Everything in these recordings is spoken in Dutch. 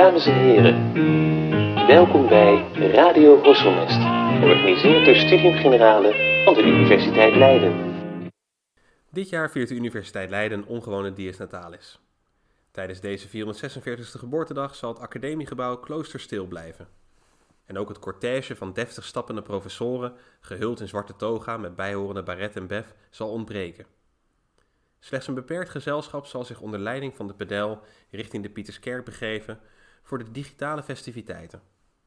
Dames en heren, welkom bij Radio Horselnest, georganiseerd door Studium Generale van de Universiteit Leiden. Dit jaar viert de Universiteit Leiden een ongewone Dies Natalis. Tijdens deze 446e geboortedag zal het academiegebouw kloosterstil blijven. En ook het cortège van deftig stappende professoren, gehuld in zwarte toga met bijhorende baret en bef, zal ontbreken. Slechts een beperkt gezelschap zal zich onder leiding van de pedel richting de Pieterskerk begeven voor de digitale festiviteiten.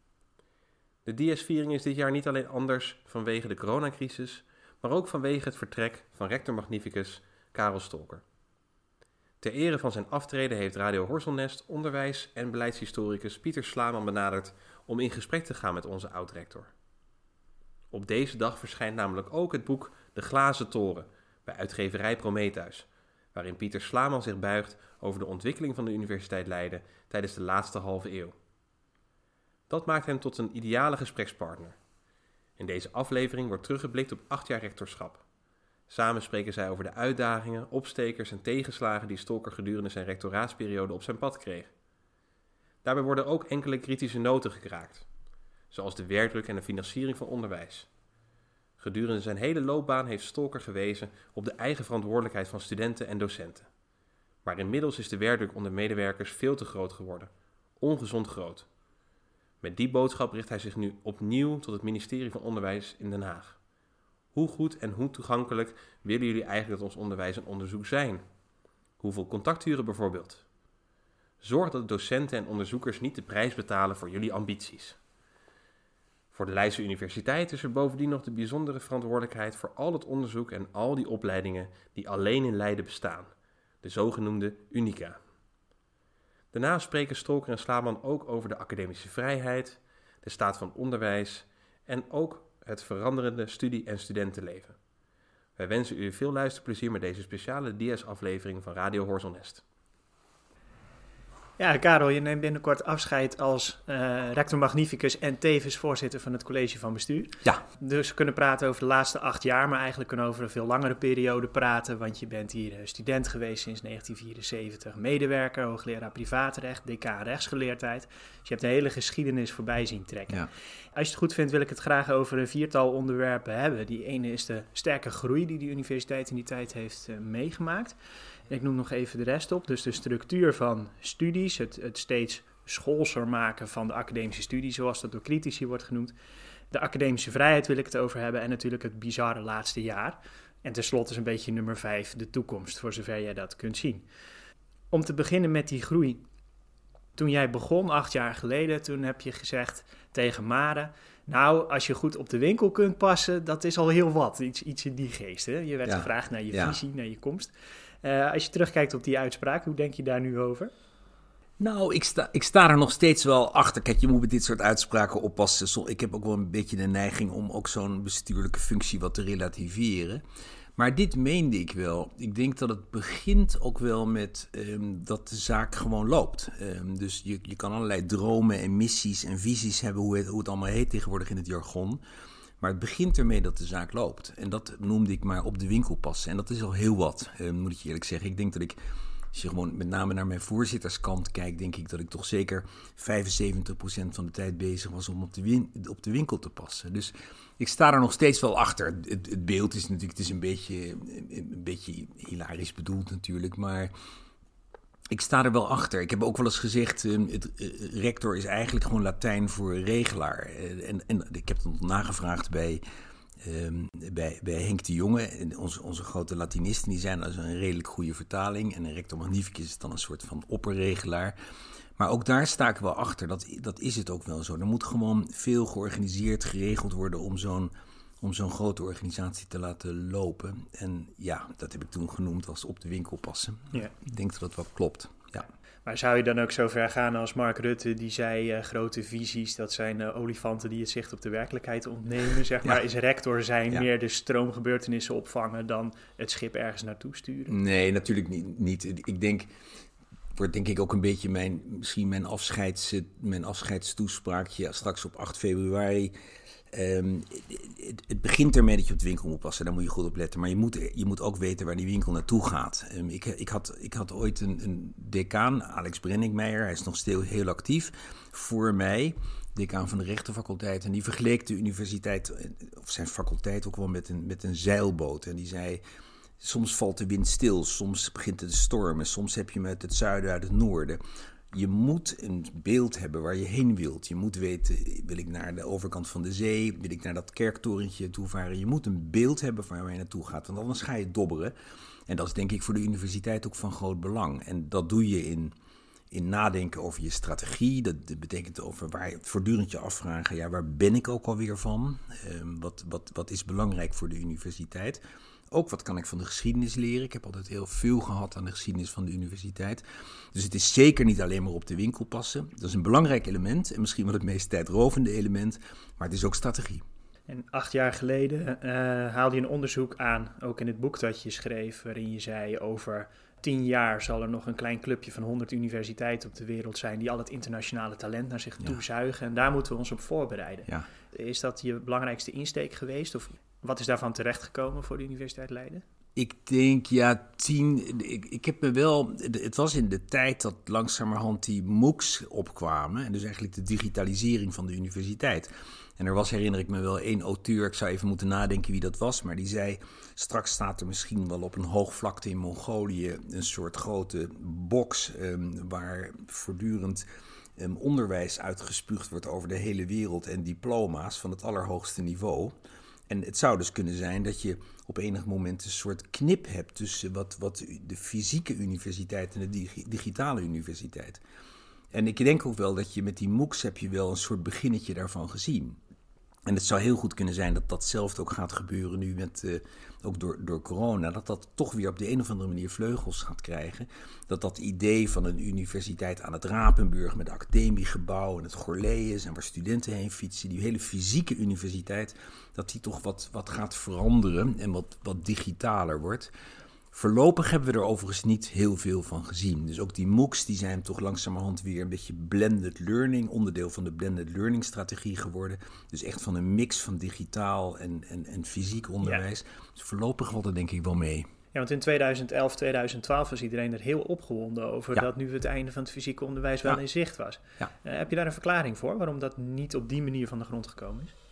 De Dies-viering is dit jaar niet alleen anders vanwege de coronacrisis, maar ook vanwege het vertrek van rector magnificus Karel Stolker. Ter ere van zijn aftreden heeft Radio Horselnest onderwijs- en beleidshistoricus Pieter Slaman benaderd om in gesprek te gaan met onze oud-rector. Op deze dag verschijnt namelijk ook het boek De Glazen Toren bij uitgeverij Prometheus, waarin Pieter Slaman zich buigt over de ontwikkeling van de Universiteit Leiden tijdens de laatste halve eeuw. Dat maakt hem tot een ideale gesprekspartner. In deze aflevering wordt teruggeblikt op 8 jaar rectorschap. Samen spreken zij over de uitdagingen, opstekers en tegenslagen die Stolker gedurende zijn rectoraatsperiode op zijn pad kreeg. Daarbij worden ook enkele kritische noten gekraakt, zoals de werkdruk en de financiering van onderwijs. Gedurende zijn hele loopbaan heeft Stolker gewezen op de eigen verantwoordelijkheid van studenten en docenten. Maar inmiddels is de werkdruk onder medewerkers veel te groot geworden, ongezond groot. Met die boodschap richt hij zich nu opnieuw tot het ministerie van Onderwijs in Den Haag. Hoe goed en hoe toegankelijk willen jullie eigenlijk dat ons onderwijs en onderzoek zijn? Hoeveel contacturen bijvoorbeeld? Zorg dat docenten en onderzoekers niet de prijs betalen voor jullie ambities. Voor de Leidse Universiteit is er bovendien nog de bijzondere verantwoordelijkheid voor al het onderzoek en al die opleidingen die alleen in Leiden bestaan, de zogenoemde Unica. Daarna spreken Stolker en Slaman ook over de academische vrijheid, de staat van onderwijs en ook het veranderende studie- en studentenleven. Wij wensen u veel luisterplezier met deze speciale Dies-aflevering van Radio Horselnest. Ja, Karel, je neemt binnenkort afscheid als rector magnificus en tevens voorzitter van het college van bestuur. Ja. Dus we kunnen praten over de laatste 8 jaar, maar eigenlijk kunnen we over een veel langere periode praten, want je bent hier student geweest sinds 1974, medewerker, hoogleraar privaatrecht, decaan rechtsgeleerdheid. Dus je hebt de hele geschiedenis voorbij zien trekken. Ja. Als je het goed vindt, wil ik het graag over een 4-tal onderwerpen hebben. Die ene is de sterke groei die de universiteit in die tijd heeft meegemaakt. Ik noem nog even de rest op. Dus de structuur van studies, het steeds schoolser maken van de academische studie, zoals dat door critici wordt genoemd. De academische vrijheid wil ik het over hebben en natuurlijk het bizarre laatste jaar. En tenslotte is een beetje nummer 5, de toekomst, voor zover jij dat kunt zien. Om te beginnen met die groei. Toen jij begon, 8 jaar geleden, toen heb je gezegd tegen Mare, nou, als je goed op de winkel kunt passen, dat is al heel wat. Iets in die geest, hè? Je werd gevraagd naar je visie, naar je komst. Als je terugkijkt op die uitspraak, hoe denk je daar nu over? Nou, ik sta er nog steeds wel achter. Kijk, je moet met dit soort uitspraken oppassen. Ik heb ook wel een beetje de neiging om ook zo'n bestuurlijke functie wat te relativeren. Maar dit meende ik wel. Ik denk dat het begint ook wel met dat de zaak gewoon loopt. Dus je kan allerlei dromen en missies en visies hebben, hoe het allemaal heet tegenwoordig in het jargon. Maar het begint ermee dat de zaak loopt. En dat noemde ik maar op de winkel passen. En dat is al heel wat, moet ik je eerlijk zeggen. Ik denk dat als je gewoon met name naar mijn voorzitterskant kijkt, denk ik dat ik toch zeker 75% van de tijd bezig was om op de winkel te passen. Dus ik sta er nog steeds wel achter. Het beeld is natuurlijk, het is een beetje hilarisch bedoeld natuurlijk, maar ik sta er wel achter. Ik heb ook wel eens gezegd, rector is eigenlijk gewoon Latijn voor regelaar. En ik heb het nagevraagd bij Henk de Jonge, onze grote Latinisten, die zijn als een redelijk goede vertaling. En een rector magnificus is dan een soort van opperregelaar. Maar ook daar sta ik wel achter, dat is het ook wel zo. Er moet gewoon veel georganiseerd, geregeld worden om zo'n grote organisatie te laten lopen. En ja, dat heb ik toen genoemd als op de winkel passen. Ja. Ik denk dat dat wel klopt, ja. Maar zou je dan ook zo ver gaan als Mark Rutte, die zei grote visies, dat zijn olifanten die het zicht op de werkelijkheid ontnemen, zeg maar. Ja. Is rector zijn meer de stroomgebeurtenissen opvangen dan het schip ergens naartoe sturen? Nee, natuurlijk niet. Ik denk, wordt denk ik ook een beetje mijn afscheidstoespraakje straks op 8 februari. Het begint ermee dat je op de winkel moet passen. Daar moet je goed op letten. Maar je moet ook weten waar die winkel naartoe gaat. Ik had ooit een decaan, Alex Brenninkmeijer. Hij is nog steeds heel actief. Voor mij, decaan van de rechtenfaculteit. En die vergeleek de universiteit, of zijn faculteit ook wel met een zeilboot. En die zei, soms valt de wind stil. Soms begint het te stormen. Soms heb je hem uit het zuiden, uit het noorden. Je moet een beeld hebben waar je heen wilt. Je moet weten, wil ik naar de overkant van de zee? Wil ik naar dat kerktorentje toe varen? Je moet een beeld hebben van waar je naartoe gaat, want anders ga je dobberen. En dat is denk ik voor de universiteit ook van groot belang. En dat doe je in nadenken over je strategie. Dat betekent over waar je voortdurend je afvragen, ja, waar ben ik ook alweer van? Wat is belangrijk voor de universiteit? Ook wat kan ik van de geschiedenis leren? Ik heb altijd heel veel gehad aan de geschiedenis van de universiteit. Dus het is zeker niet alleen maar op de winkel passen. Dat is een belangrijk element en misschien wel het meest tijdrovende element. Maar het is ook strategie. En 8 jaar geleden haalde je een onderzoek aan, ook in het boek dat je schreef, waarin je zei over 10 jaar zal er nog een klein clubje van 100 universiteiten op de wereld zijn die al het internationale talent naar zich toe zuigen. En daar moeten we ons op voorbereiden. Ja. Is dat je belangrijkste insteek geweest? Of wat is daarvan terechtgekomen voor de Universiteit Leiden? Ik denk, 10... Ik heb me wel... Het was in de tijd dat langzamerhand die MOOCs opkwamen. En dus eigenlijk de digitalisering van de universiteit. En er was, herinner ik me wel, 1 auteur, ik zou even moeten nadenken wie dat was, maar die zei, straks staat er misschien wel op een hoogvlakte in Mongolië een soort grote box waar voortdurend onderwijs uitgespuugd wordt over de hele wereld en diploma's van het allerhoogste niveau. En het zou dus kunnen zijn dat je op enig moment een soort knip hebt tussen wat de fysieke universiteit en de digitale universiteit. En ik denk ook wel dat je met die MOOCs heb je wel een soort beginnetje daarvan gezien. En het zou heel goed kunnen zijn dat datzelfde ook gaat gebeuren nu met, ook door corona. Dat toch weer op de een of andere manier vleugels gaat krijgen. Dat idee van een universiteit aan het Rapenburg met academiegebouw en het Gorlees en waar studenten heen fietsen. Die hele fysieke universiteit, dat die toch wat gaat veranderen en wat digitaler wordt. Voorlopig hebben we er overigens niet heel veel van gezien. Dus ook die MOOCs die zijn toch langzamerhand weer een beetje blended learning, onderdeel van de blended learning strategie geworden. Dus echt van een mix van digitaal en fysiek onderwijs. Ja. Dus voorlopig valt het denk ik wel mee. Ja, want in 2011, 2012 was iedereen er heel opgewonden over dat nu het einde van het fysieke onderwijs wel in zicht was. Ja. Heb je daar een verklaring voor, waarom dat niet op die manier van de grond gekomen is?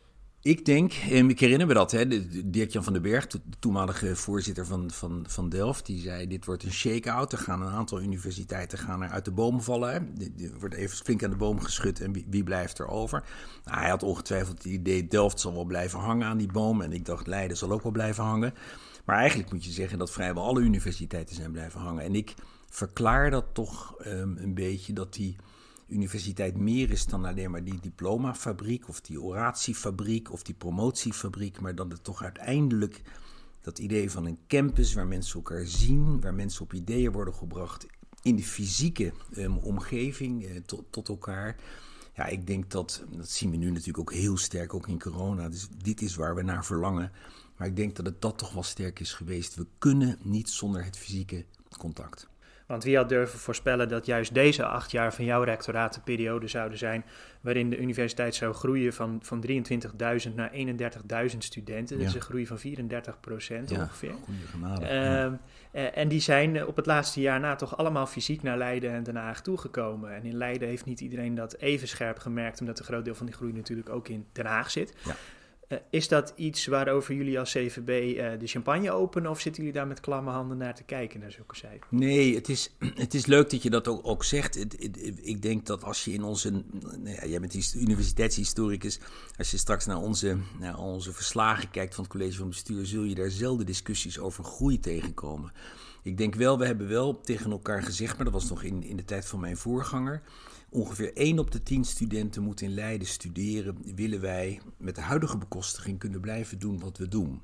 Ik denk, ik herinner me dat, Dirk-Jan van den Berg, de toenmalige voorzitter van Delft, die zei, dit wordt een shake-out. Er gaan een aantal universiteiten er uit de boom vallen. Er wordt even flink aan de boom geschud en wie blijft er over? Nou, hij had ongetwijfeld het idee, Delft zal wel blijven hangen aan die boom. En ik dacht, Leiden zal ook wel blijven hangen. Maar eigenlijk moet je zeggen dat vrijwel alle universiteiten zijn blijven hangen. En ik verklaar dat toch een beetje dat die universiteit meer is dan alleen maar die diplomafabriek of die oratiefabriek of die promotiefabriek, maar dat het toch uiteindelijk dat idee van een campus waar mensen elkaar zien, waar mensen op ideeën worden gebracht in de fysieke omgeving tot elkaar. Ja, ik denk dat zien we nu natuurlijk ook heel sterk, ook in corona, dus dit is waar we naar verlangen. Maar ik denk dat het dat toch wel sterk is geweest. We kunnen niet zonder het fysieke contact. Want wie had durven voorspellen dat juist deze 8 jaar van jouw rectoraat de periode zouden zijn waarin de universiteit zou groeien van 23.000 naar 31.000 studenten. Dat is een groei van 34% ongeveer. Goeie genade. En die zijn op het laatste jaar na toch allemaal fysiek naar Leiden en Den Haag toegekomen. En in Leiden heeft niet iedereen dat even scherp gemerkt, omdat een groot deel van die groei natuurlijk ook in Den Haag zit. Ja. Is dat iets waarover jullie als CVB de champagne openen of zitten jullie daar met klamme handen naar te kijken, naar zulke cijfers? Nee, het is leuk dat je dat ook zegt. Ik denk dat als je in onze... jij bent universiteitshistoricus. Als je straks naar onze verslagen kijkt van het college van bestuur, zul je daar zelden discussies over groei tegenkomen. Ik denk wel, we hebben wel tegen elkaar gezegd, maar dat was nog in de tijd van mijn voorganger, ongeveer 1 op de 10 studenten moet in Leiden studeren, willen wij met de huidige bekostiging kunnen blijven doen wat we doen.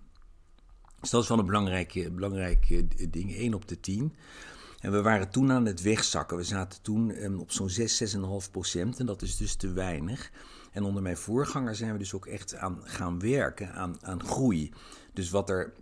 Dus dat is wel een belangrijk ding, 1 op de 10. En we waren toen aan het wegzakken. We zaten toen op zo'n 6,5% en dat is dus te weinig. En onder mijn voorganger zijn we dus ook echt aan gaan werken aan groei. Dus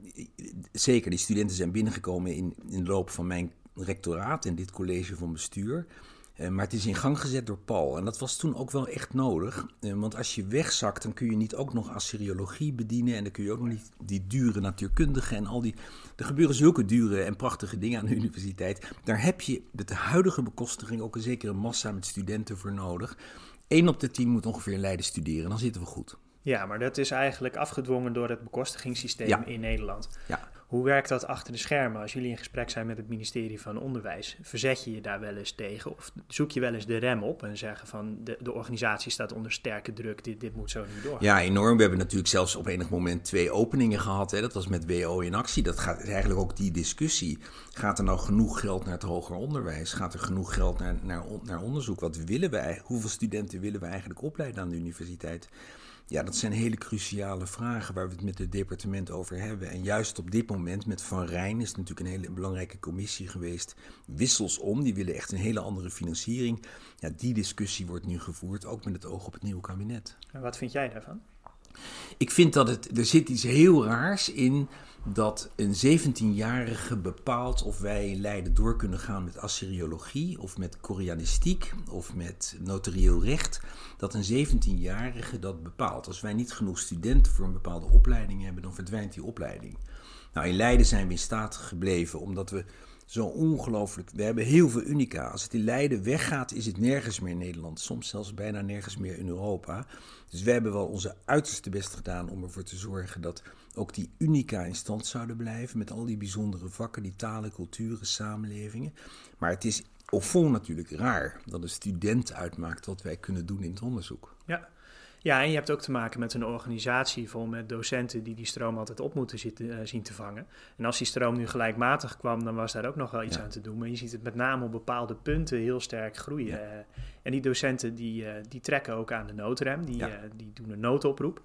zeker, die studenten zijn binnengekomen in de loop van mijn rectoraat en dit college van bestuur. Maar het is in gang gezet door Paul. En dat was toen ook wel echt nodig. Want als je wegzakt, dan kun je niet ook nog Assyriologie bedienen. En dan kun je ook nog niet die dure natuurkundige en al die... Er gebeuren zulke dure en prachtige dingen aan de universiteit. Daar heb je met de huidige bekostiging ook een zekere massa met studenten voor nodig. 1 op de 10 moet ongeveer in Leiden studeren. Dan zitten we goed. Ja, maar dat is eigenlijk afgedwongen door het bekostigingssysteem in Nederland. Ja. Hoe werkt dat achter de schermen? Als jullie in gesprek zijn met het ministerie van Onderwijs, verzet je je daar wel eens tegen? Of zoek je wel eens de rem op en zeggen van de organisatie staat onder sterke druk, dit moet zo niet doorgaan? Ja, enorm. We hebben natuurlijk zelfs op enig moment 2 openingen gehad. Hè. Dat was met WO in actie. Dat gaat eigenlijk ook die discussie. Gaat er nou genoeg geld naar het hoger onderwijs? Gaat er genoeg geld naar onderzoek? Wat willen wij? Hoeveel studenten willen we eigenlijk opleiden aan de universiteit? Ja, dat zijn hele cruciale vragen waar we het met het departement over hebben. En juist op dit moment met Van Rijn is het natuurlijk een hele belangrijke commissie geweest. Wissels om, die willen echt een hele andere financiering. Ja, die discussie wordt nu gevoerd, ook met het oog op het nieuwe kabinet. En wat vind jij daarvan? Ik vind dat er zit iets heel raars in dat een 17-jarige bepaalt of wij in Leiden door kunnen gaan met Assyriologie of met Koreanistiek of met notarieel recht. Dat een 17-jarige dat bepaalt. Als wij niet genoeg studenten voor een bepaalde opleiding hebben, dan verdwijnt die opleiding. Nou, in Leiden zijn we in staat gebleven omdat we zo ongelooflijk... We hebben heel veel unica. Als het in Leiden weggaat, is het nergens meer in Nederland. Soms zelfs bijna nergens meer in Europa. Dus we hebben wel onze uiterste best gedaan om ervoor te zorgen dat ook die unica in stand zouden blijven. Met al die bijzondere vakken, die talen, culturen, samenlevingen. Maar het is au fond natuurlijk raar dat een student uitmaakt wat wij kunnen doen in het onderzoek. Ja, en je hebt ook te maken met een organisatie vol met docenten die stroom altijd op moeten zien te vangen. En als die stroom nu gelijkmatig kwam, dan was daar ook nog wel iets aan te doen. Maar je ziet het met name op bepaalde punten heel sterk groeien. Ja. En die docenten die trekken ook aan de noodrem, die doen een noodoproep.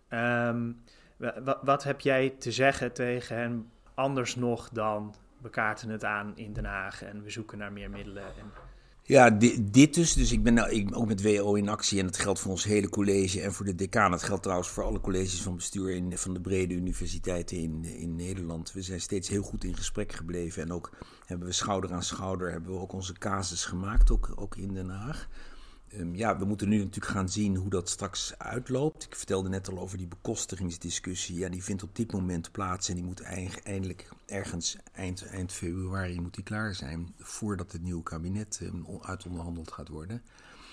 Wat heb jij te zeggen tegen hen anders nog dan we kaarten het aan in Den Haag en we zoeken naar meer middelen Ja, dit dus. Dus ik ben ook met WO in actie en dat geldt voor ons hele college en voor de decaan. Het geldt trouwens voor alle colleges van bestuur van de brede universiteiten in Nederland. We zijn steeds heel goed in gesprek gebleven en ook hebben we schouder aan schouder hebben we ook onze casus gemaakt, ook in Den Haag. We moeten nu natuurlijk gaan zien hoe dat straks uitloopt. Ik vertelde net al over die bekostigingsdiscussie. Ja, die vindt op dit moment plaats en die moet eindelijk ergens eind februari moet die klaar zijn, voordat het nieuwe kabinet uitonderhandeld gaat worden.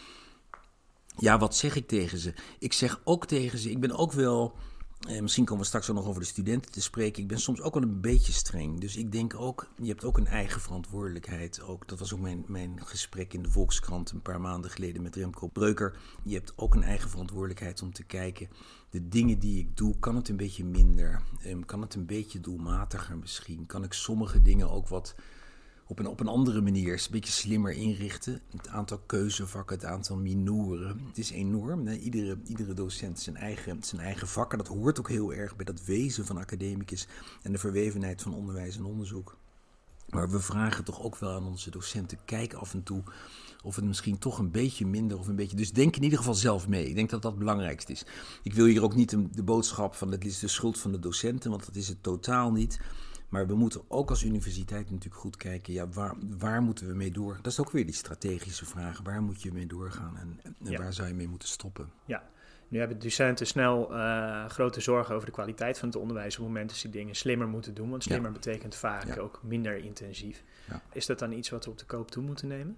Ja, wat zeg ik tegen ze? Ik zeg ook tegen ze, ik ben ook wel... misschien komen we straks ook nog over de studenten te spreken. Ik ben soms ook wel een beetje streng. Dus ik denk ook, je hebt ook een eigen verantwoordelijkheid. Dat was ook mijn gesprek in de Volkskrant een paar maanden geleden met Remco Breuker. Je hebt ook een eigen verantwoordelijkheid om te kijken. De dingen die ik doe, kan het een beetje minder? Kan het een beetje doelmatiger misschien? Kan ik sommige dingen ook wat... Op een andere manier, een beetje slimmer inrichten. Het aantal keuzevakken, het aantal minoren. Het is enorm. Hè? Iedere docent zijn eigen vakken. Dat hoort ook heel erg bij dat wezen van academicus en de verwevenheid van onderwijs en onderzoek. Maar we vragen toch ook wel aan onze docenten, kijk af en toe of het misschien toch een beetje minder of een beetje... Dus denk in ieder geval zelf mee. Ik denk dat dat het belangrijkste is. Ik wil hier ook niet de boodschap van het is de schuld van de docenten, want dat is het totaal niet. Maar we moeten ook als universiteit natuurlijk goed kijken, ja, waar moeten we mee door? Dat is ook weer die strategische vraag. Waar moet je mee doorgaan en waar zou je mee moeten stoppen? Ja, nu hebben docenten snel grote zorgen over de kwaliteit van het onderwijs op het moment dat ze dingen slimmer moeten doen. Want slimmer betekent vaak ook minder intensief. Ja. Is dat dan iets wat we op de koop toe moeten nemen?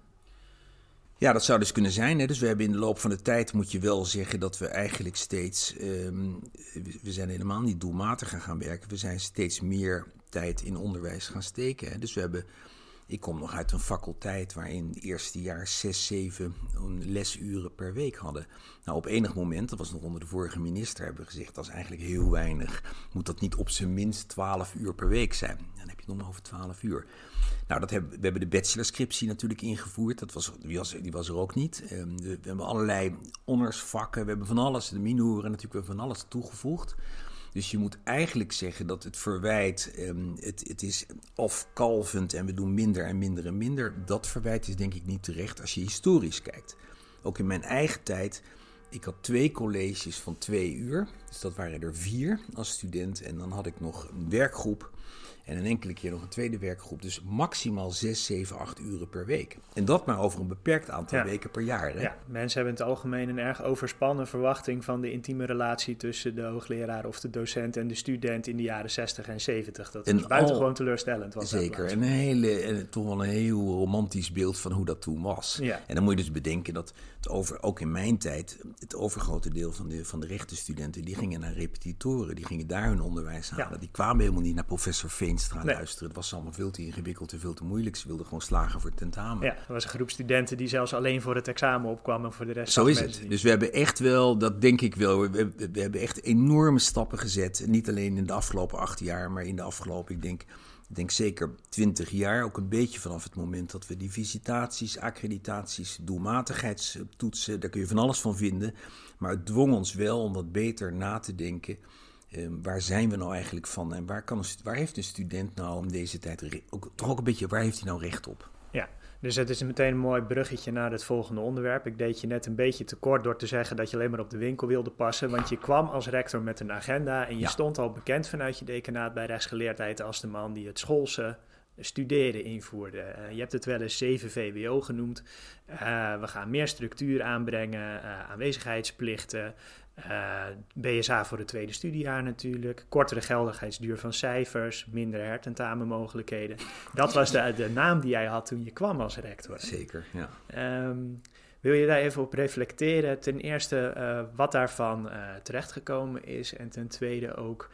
Ja, dat zou dus kunnen zijn. Hè. Dus we hebben in de loop van de tijd, moet je wel zeggen, dat we eigenlijk steeds... we zijn helemaal niet doelmatig gaan werken. We zijn steeds meer tijd in onderwijs gaan steken. Hè. Dus ik kom nog uit een faculteit waarin het eerste jaar 6, 7 lesuren per week hadden. Nou, op enig moment, dat was nog onder de vorige minister, hebben we gezegd, dat is eigenlijk heel weinig. Moet dat niet op zijn minst 12 uur per week zijn? Dan heb je het nog over 12 uur. Nou, we hebben de bachelorscriptie natuurlijk ingevoerd. Die was er ook niet. We hebben allerlei honorsvakken, we hebben van alles, de minoren natuurlijk, we hebben van alles toegevoegd. Dus je moet eigenlijk zeggen dat het verwijt, het is afkalvend en we doen minder en minder en minder. Dat verwijt is denk ik niet terecht als je historisch kijkt. Ook in mijn eigen tijd, ik had 2 colleges van 2 uur. Dus dat waren er 4 als student. En dan had ik nog een werkgroep. En een enkele keer nog een tweede werkgroep. Dus maximaal 6, 7, 8 uren per week. En dat maar over een beperkt aantal weken per jaar. Hè? Ja, mensen hebben in het algemeen een erg overspannen verwachting van de intieme relatie tussen de hoogleraar of de docent en de student in de jaren 60 en 70. Dat is buitengewoon teleurstellend. Zeker, en toch wel een heel romantisch beeld van hoe dat toen was. Ja. En dan moet je dus bedenken dat ook in mijn tijd, het overgrote deel van de rechtenstudenten, die gingen naar repetitoren, die gingen daar hun onderwijs halen. Ja. Die kwamen helemaal niet naar professor Veenstra luisteren. Het was allemaal veel te ingewikkeld en veel te moeilijk. Ze wilden gewoon slagen voor het tentamen. Ja, er was een groep studenten die zelfs alleen voor het examen opkwam en voor de rest. Zo is het. Dus we hebben echt wel, dat denk ik wel, we hebben echt enorme stappen gezet. Niet alleen in de afgelopen 8 jaar, maar in de afgelopen, ik denk zeker 20 jaar. Ook een beetje vanaf het moment dat we die visitaties, accreditaties, doelmatigheidstoetsen, daar kun je van alles van vinden. Maar het dwong ons wel om wat beter na te denken. Waar zijn we nou eigenlijk van? En waar heeft een student nou om deze tijd toch ook een beetje, waar heeft hij nou recht op? Ja, dus het is meteen een mooi bruggetje naar het volgende onderwerp. Ik deed je net een beetje tekort door te zeggen dat je alleen maar op de winkel wilde passen. Want je kwam als rector met een agenda en je stond al bekend vanuit je decanaat bij rechtsgeleerdheid als de man die het schoolse studeren invoerde. Je hebt het wel eens 7 VWO genoemd. We gaan meer structuur aanbrengen, aanwezigheidsplichten, BSA voor het tweede studiejaar natuurlijk, kortere geldigheidsduur van cijfers, minder hertentamenmogelijkheden. Dat was de naam die jij had toen je kwam als rector. Zeker, ja. Wil je daar even op reflecteren? Ten eerste wat daarvan terechtgekomen is en ten tweede ook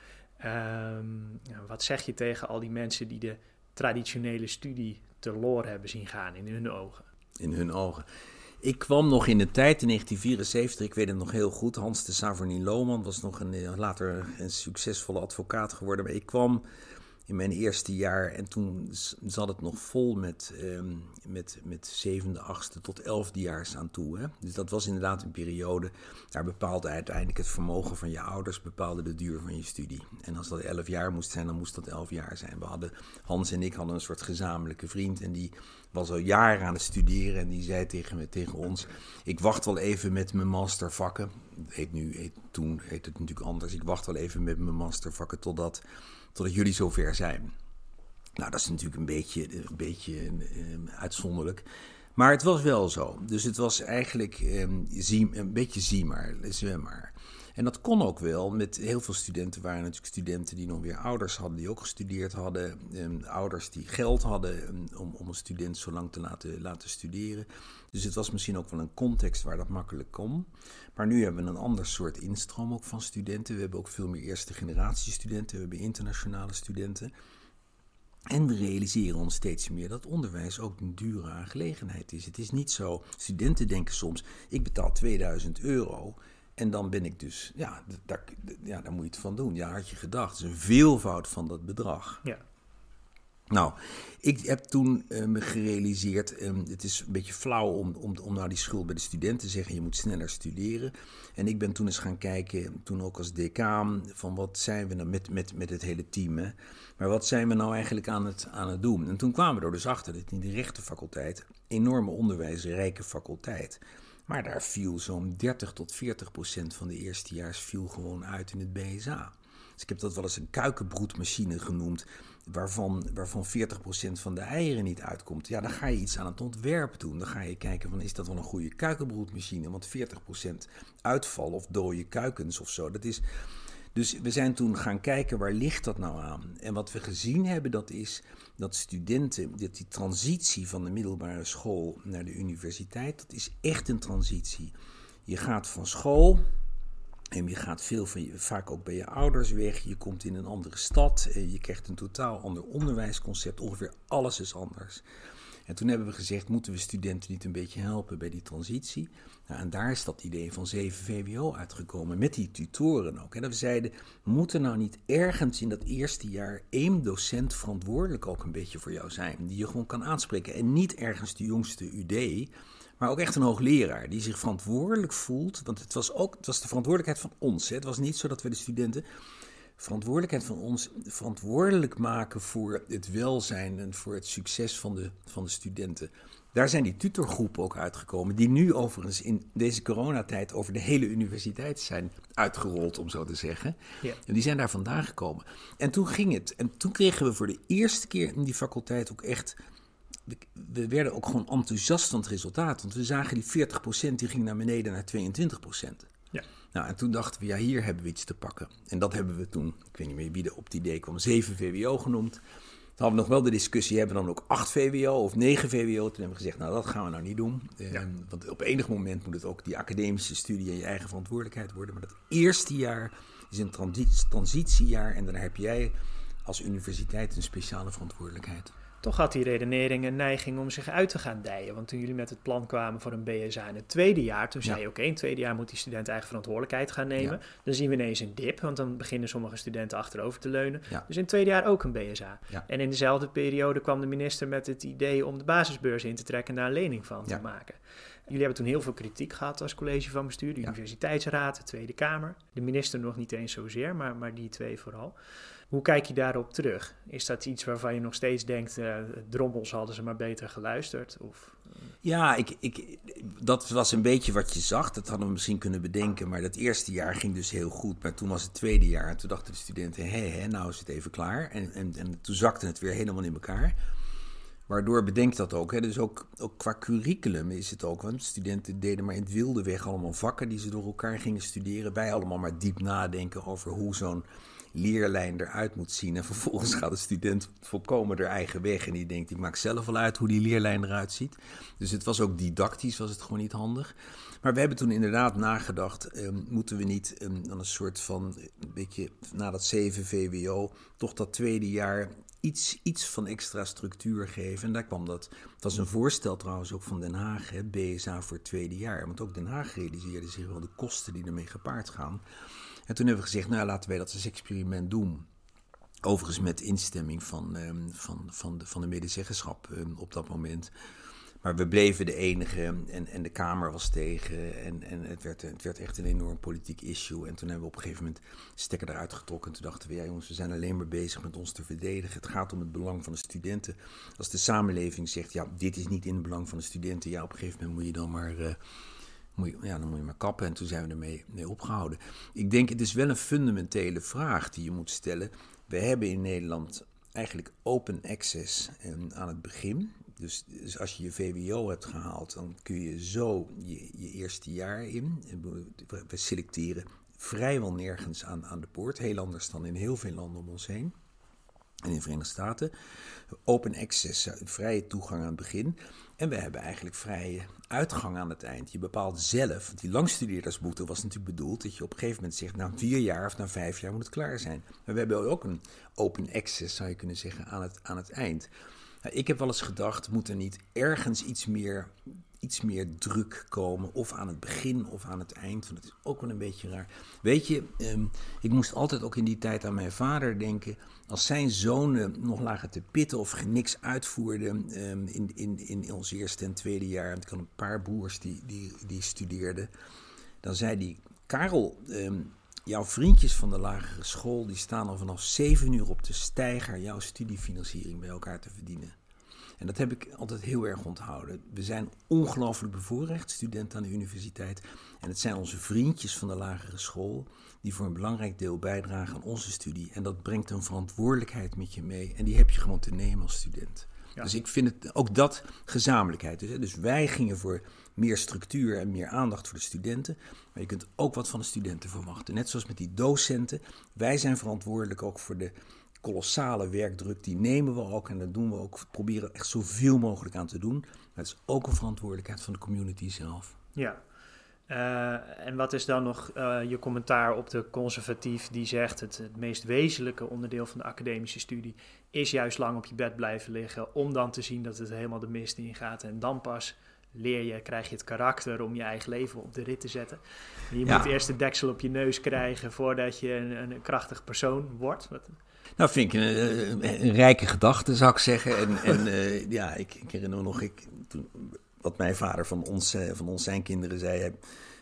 wat zeg je tegen al die mensen die de traditionele studie teloor hebben zien gaan in hun ogen? In hun ogen. Ik kwam nog in de tijd, in 1974, ik weet het nog heel goed, Hans de Saverny-Lohman was nog later een succesvolle advocaat geworden. Maar ik kwam in mijn eerste jaar en toen zat het nog vol met 7e, 8e tot 11e-jaars aan toe. Hè? Dus dat was inderdaad een periode, daar bepaalde uiteindelijk het vermogen van je ouders, bepaalde de duur van je studie. En als dat 11 jaar moest zijn, dan moest dat 11 jaar zijn. Hans en ik hadden een soort gezamenlijke vriend en die was al jaren aan het studeren en die zei tegen ons, ik wacht wel even met mijn mastervakken. Toen heet het natuurlijk anders. Ik wacht wel even met mijn mastervakken totdat jullie zover zijn. Nou, dat is natuurlijk een beetje uitzonderlijk. Maar het was wel zo. Dus het was eigenlijk een beetje zwem maar. En dat kon ook wel. Met heel veel studenten waren natuurlijk studenten die nog weer ouders hadden, die ook gestudeerd hadden. Ouders die geld hadden om een student zo lang te laten studeren. Dus het was misschien ook wel een context waar dat makkelijk kon. Maar nu hebben we een ander soort instroom ook van studenten. We hebben ook veel meer eerste generatie studenten. We hebben internationale studenten. En we realiseren ons steeds meer dat onderwijs ook een dure aangelegenheid is. Het is niet zo, studenten denken soms, ik betaal €2000... En dan ben ik dus, daar moet je het van doen. Ja, had je gedacht. Het is een veelvoud van dat bedrag. Ja. Nou, ik heb toen me gerealiseerd, het is een beetje flauw om nou die schuld bij de studenten te zeggen, je moet sneller studeren. En ik ben toen eens gaan kijken, toen ook als decaan, van wat zijn we nou met het hele team, hè? Maar wat zijn we nou eigenlijk aan het doen? En toen kwamen we er dus achter dat in de rechtenfaculteit, enorme onderwijsrijke faculteit, maar daar viel zo'n 30 tot 40% van de eerstejaars viel gewoon uit in het BSA. Dus ik heb dat wel eens een kuikenbroedmachine genoemd, waarvan 40% van de eieren niet uitkomt. Ja, dan ga je iets aan het ontwerp doen. Dan ga je kijken van, is dat wel een goede kuikenbroedmachine? Want 40% uitval of dode kuikens of zo, dat is... Dus we zijn toen gaan kijken, waar ligt dat nou aan? En wat we gezien hebben, dat is dat studenten, dat die transitie van de middelbare school naar de universiteit, dat is echt een transitie. Je gaat van school en je gaat vaak ook bij je ouders weg. Je komt in een andere stad en je krijgt een totaal ander onderwijsconcept. Ongeveer alles is anders. En toen hebben we gezegd, moeten we studenten niet een beetje helpen bij die transitie? Nou, en daar is dat idee van 7 VWO uitgekomen, met die tutoren ook. En dat we zeiden, moet er nou niet ergens in dat eerste jaar 1 docent verantwoordelijk ook een beetje voor jou zijn, die je gewoon kan aanspreken. En niet ergens de jongste UD, maar ook echt een hoogleraar die zich verantwoordelijk voelt. Want het was de verantwoordelijkheid van ons. Hè. Het was niet zo dat we de studenten verantwoordelijkheid van ons verantwoordelijk maken voor het welzijn en voor het succes van de studenten. Daar zijn die tutorgroepen ook uitgekomen, die nu overigens in deze coronatijd over de hele universiteit zijn uitgerold, om zo te zeggen. Ja. En die zijn daar vandaan gekomen. En toen ging het. En toen kregen we voor de eerste keer in die faculteit ook echt... We werden ook gewoon enthousiast van het resultaat. Want we zagen die 40% die ging naar beneden naar 22%. Ja. Nou, en toen dachten we, ja, hier hebben we iets te pakken. En dat hebben we toen, ik weet niet meer wie er op het idee kwam, 7 VWO genoemd. Toen hadden we nog wel de discussie, hebben we dan ook 8 VWO of 9 VWO? Toen hebben we gezegd, nou, dat gaan we nou niet doen. Want op enig moment moet het ook die academische studie en je eigen verantwoordelijkheid worden. Maar dat eerste jaar is een transitiejaar en dan heb jij als universiteit een speciale verantwoordelijkheid. Toch had die redenering een neiging om zich uit te gaan dijen. Want toen jullie met het plan kwamen voor een BSA in het tweede jaar, toen zei je oké, in het tweede jaar moet die student eigen verantwoordelijkheid gaan nemen. Ja. Dan zien we ineens een dip, want dan beginnen sommige studenten achterover te leunen. Ja. Dus in het tweede jaar ook een BSA. Ja. En in dezelfde periode kwam de minister met het idee om de basisbeurs in te trekken en daar een lening van te maken. Jullie hebben toen heel veel kritiek gehad als college van bestuur, de universiteitsraad, de Tweede Kamer. De minister nog niet eens zozeer, maar die twee vooral. Hoe kijk je daarop terug? Is dat iets waarvan je nog steeds denkt, drommels hadden ze maar beter geluisterd? Of... Ja, dat was een beetje wat je zag. Dat hadden we misschien kunnen bedenken. Maar dat eerste jaar ging dus heel goed. Maar toen was het tweede jaar. En toen dachten de studenten, nou is het even klaar. En toen zakte het weer helemaal in elkaar. Waardoor bedenk dat ook. Hè. Dus ook qua curriculum is het ook. Want studenten deden maar in het wilde weg allemaal vakken die ze door elkaar gingen studeren. Wij allemaal maar diep nadenken over hoe zo'n leerlijn eruit moet zien. En vervolgens gaat de student volkomen haar eigen weg. En die denkt, die maakt zelf wel uit hoe die leerlijn eruit ziet. Dus het was ook didactisch, was het gewoon niet handig. Maar we hebben toen inderdaad nagedacht, moeten we niet dan een soort van, een beetje na dat 7 VWO, toch dat tweede jaar iets van extra structuur geven. En daar kwam dat. Het was een voorstel trouwens ook van Den Haag, het BSA voor het tweede jaar. Want ook Den Haag realiseerde zich wel de kosten die ermee gepaard gaan. En toen hebben we gezegd, nou laten wij dat als experiment doen. Overigens met instemming van de medezeggenschap op dat moment. Maar we bleven de enige en de Kamer was tegen. En het werd echt een enorm politiek issue. En toen hebben we op een gegeven moment de stekker eruit getrokken. En toen dachten we, ja jongens, we zijn alleen maar bezig met ons te verdedigen. Het gaat om het belang van de studenten. Als de samenleving zegt, ja, dit is niet in het belang van de studenten. Ja, op een gegeven moment moet je dan maar... dan moet je maar kappen. En toen zijn we ermee opgehouden. Ik denk, het is wel een fundamentele vraag die je moet stellen. We hebben in Nederland eigenlijk open access aan het begin. Dus als je je VWO hebt gehaald, dan kun je zo je eerste jaar in. We selecteren vrijwel nergens aan de poort. Heel anders dan in heel veel landen om ons heen. En in de Verenigde Staten. Open access, vrije toegang aan het begin. En we hebben eigenlijk vrije uitgang aan het eind. Je bepaalt zelf, want die langstudeerdersboete was natuurlijk bedoeld dat je op een gegeven moment zegt, na 4 jaar of na 5 jaar moet het klaar zijn. Maar we hebben ook een open access, zou je kunnen zeggen, aan het eind. Nou, ik heb wel eens gedacht, moet er niet ergens iets meer druk komen, of aan het begin of aan het eind, want het is ook wel een beetje raar. Weet je, ik moest altijd ook in die tijd aan mijn vader denken, als zijn zonen nog lagen te pitten of niks uitvoerden in ons eerste en tweede jaar, want ik had een paar broers die studeerden, dan zei hij, Karel, jouw vriendjes van de lagere school, die staan al vanaf 7 uur op de steiger jouw studiefinanciering bij elkaar te verdienen. En dat heb ik altijd heel erg onthouden. We zijn ongelooflijk bevoorrecht, studenten aan de universiteit. En het zijn onze vriendjes van de lagere school die voor een belangrijk deel bijdragen aan onze studie. En dat brengt een verantwoordelijkheid met je mee. En die heb je gewoon te nemen als student. Ja. Dus ik vind het ook dat gezamenlijkheid. Dus wij gingen voor meer structuur en meer aandacht voor de studenten. Maar je kunt ook wat van de studenten verwachten. Net zoals met die docenten. Wij zijn verantwoordelijk ook voor de kolossale werkdruk, die nemen we ook en dat doen we ook. We proberen echt zoveel mogelijk aan te doen. Maar het is ook een verantwoordelijkheid van de community zelf. Ja, en wat is dan nog je commentaar op de conservatief die zegt het meest wezenlijke onderdeel van de academische studie is juist lang op je bed blijven liggen om dan te zien dat het helemaal de mist ingaat en dan pas krijg je het karakter om je eigen leven op de rit te zetten. Je moet eerst de deksel op je neus krijgen voordat je een krachtig persoon wordt. Nou, vind ik een rijke gedachte, zou ik zeggen. Ik herinner me nog, wat mijn vader van ons zijn kinderen zei.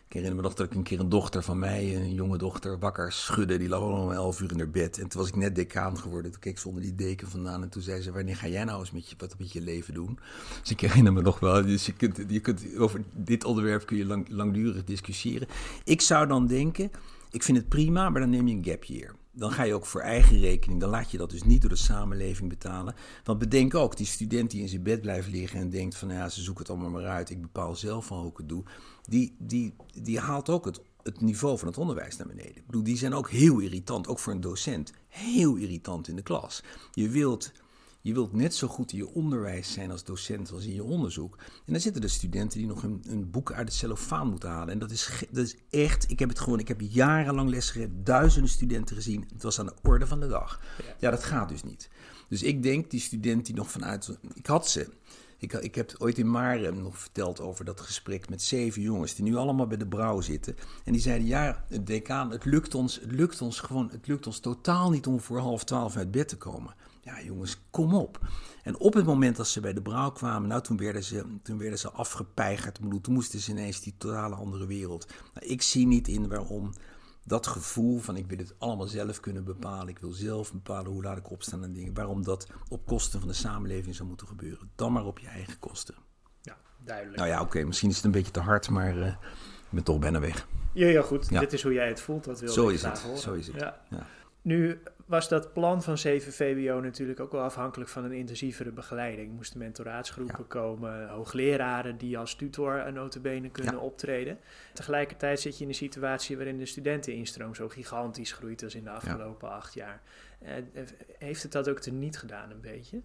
Ik herinner me nog dat ik een keer een dochter van mij, een jonge dochter, wakker schudde. Die lag al om 11 uur in haar bed. En toen was ik net decaan geworden. Toen keek ze onder die deken vandaan. En toen zei ze, wanneer ga jij nou eens wat met je leven doen? Dus ik herinner me nog wel. Dus je kunt over dit onderwerp kun je langdurig discussiëren. Ik zou dan denken, ik vind het prima, maar dan neem je een gap year. Dan ga je ook voor eigen rekening. Dan laat je dat dus niet door de samenleving betalen. Want bedenk ook, die student die in zijn bed blijft liggen en denkt van, ja, ze zoeken het allemaal maar uit. Ik bepaal zelf van hoe ik het doe. Die haalt ook het niveau van het onderwijs naar beneden. Ik bedoel, die zijn ook heel irritant, ook voor een docent. Heel irritant in de klas. Je wilt net zo goed in je onderwijs zijn als docent als in je onderzoek. En dan zitten er studenten die nog een boek uit het cellofaan moeten halen. En dat is echt, ik heb jarenlang lesgegeven, duizenden studenten gezien. Het was aan de orde van de dag. Ja, dat gaat dus niet. Dus ik denk, die student die nog vanuit... Ik heb ooit in Maarem nog verteld over dat gesprek met 7 jongens die nu allemaal bij de brouw zitten. En die zeiden, ja, decaan, het lukt ons totaal niet om voor 11:30 uit bed te komen. Ja, jongens, kom op. En op het moment dat ze bij de brouw kwamen, nou, toen werden ze afgepeigerd. Toen moesten ze ineens die totale andere wereld. Nou, ik zie niet in waarom dat gevoel van ik wil het allemaal zelf kunnen bepalen. Ik wil zelf bepalen hoe laat ik opstaan en dingen. Waarom dat op kosten van de samenleving zou moeten gebeuren. Dan maar op je eigen kosten. Ja, duidelijk. Nou ja, oké, misschien is het een beetje te hard, maar ik ben toch bijna weg. Ja, goed. Ja. Dit is hoe jij het voelt. Dat wil Zo ik is graag het. horen. Zo is het. Ja. Ja. Nu was dat plan van 7 VWO natuurlijk ook wel afhankelijk van een intensievere begeleiding. Moesten mentoraatsgroepen komen, hoogleraren die als tutor nota bene kunnen optreden. Tegelijkertijd zit je in een situatie waarin de studenteninstroom zo gigantisch groeit als in de afgelopen 8 jaar. Heeft het dat ook teniet gedaan een beetje?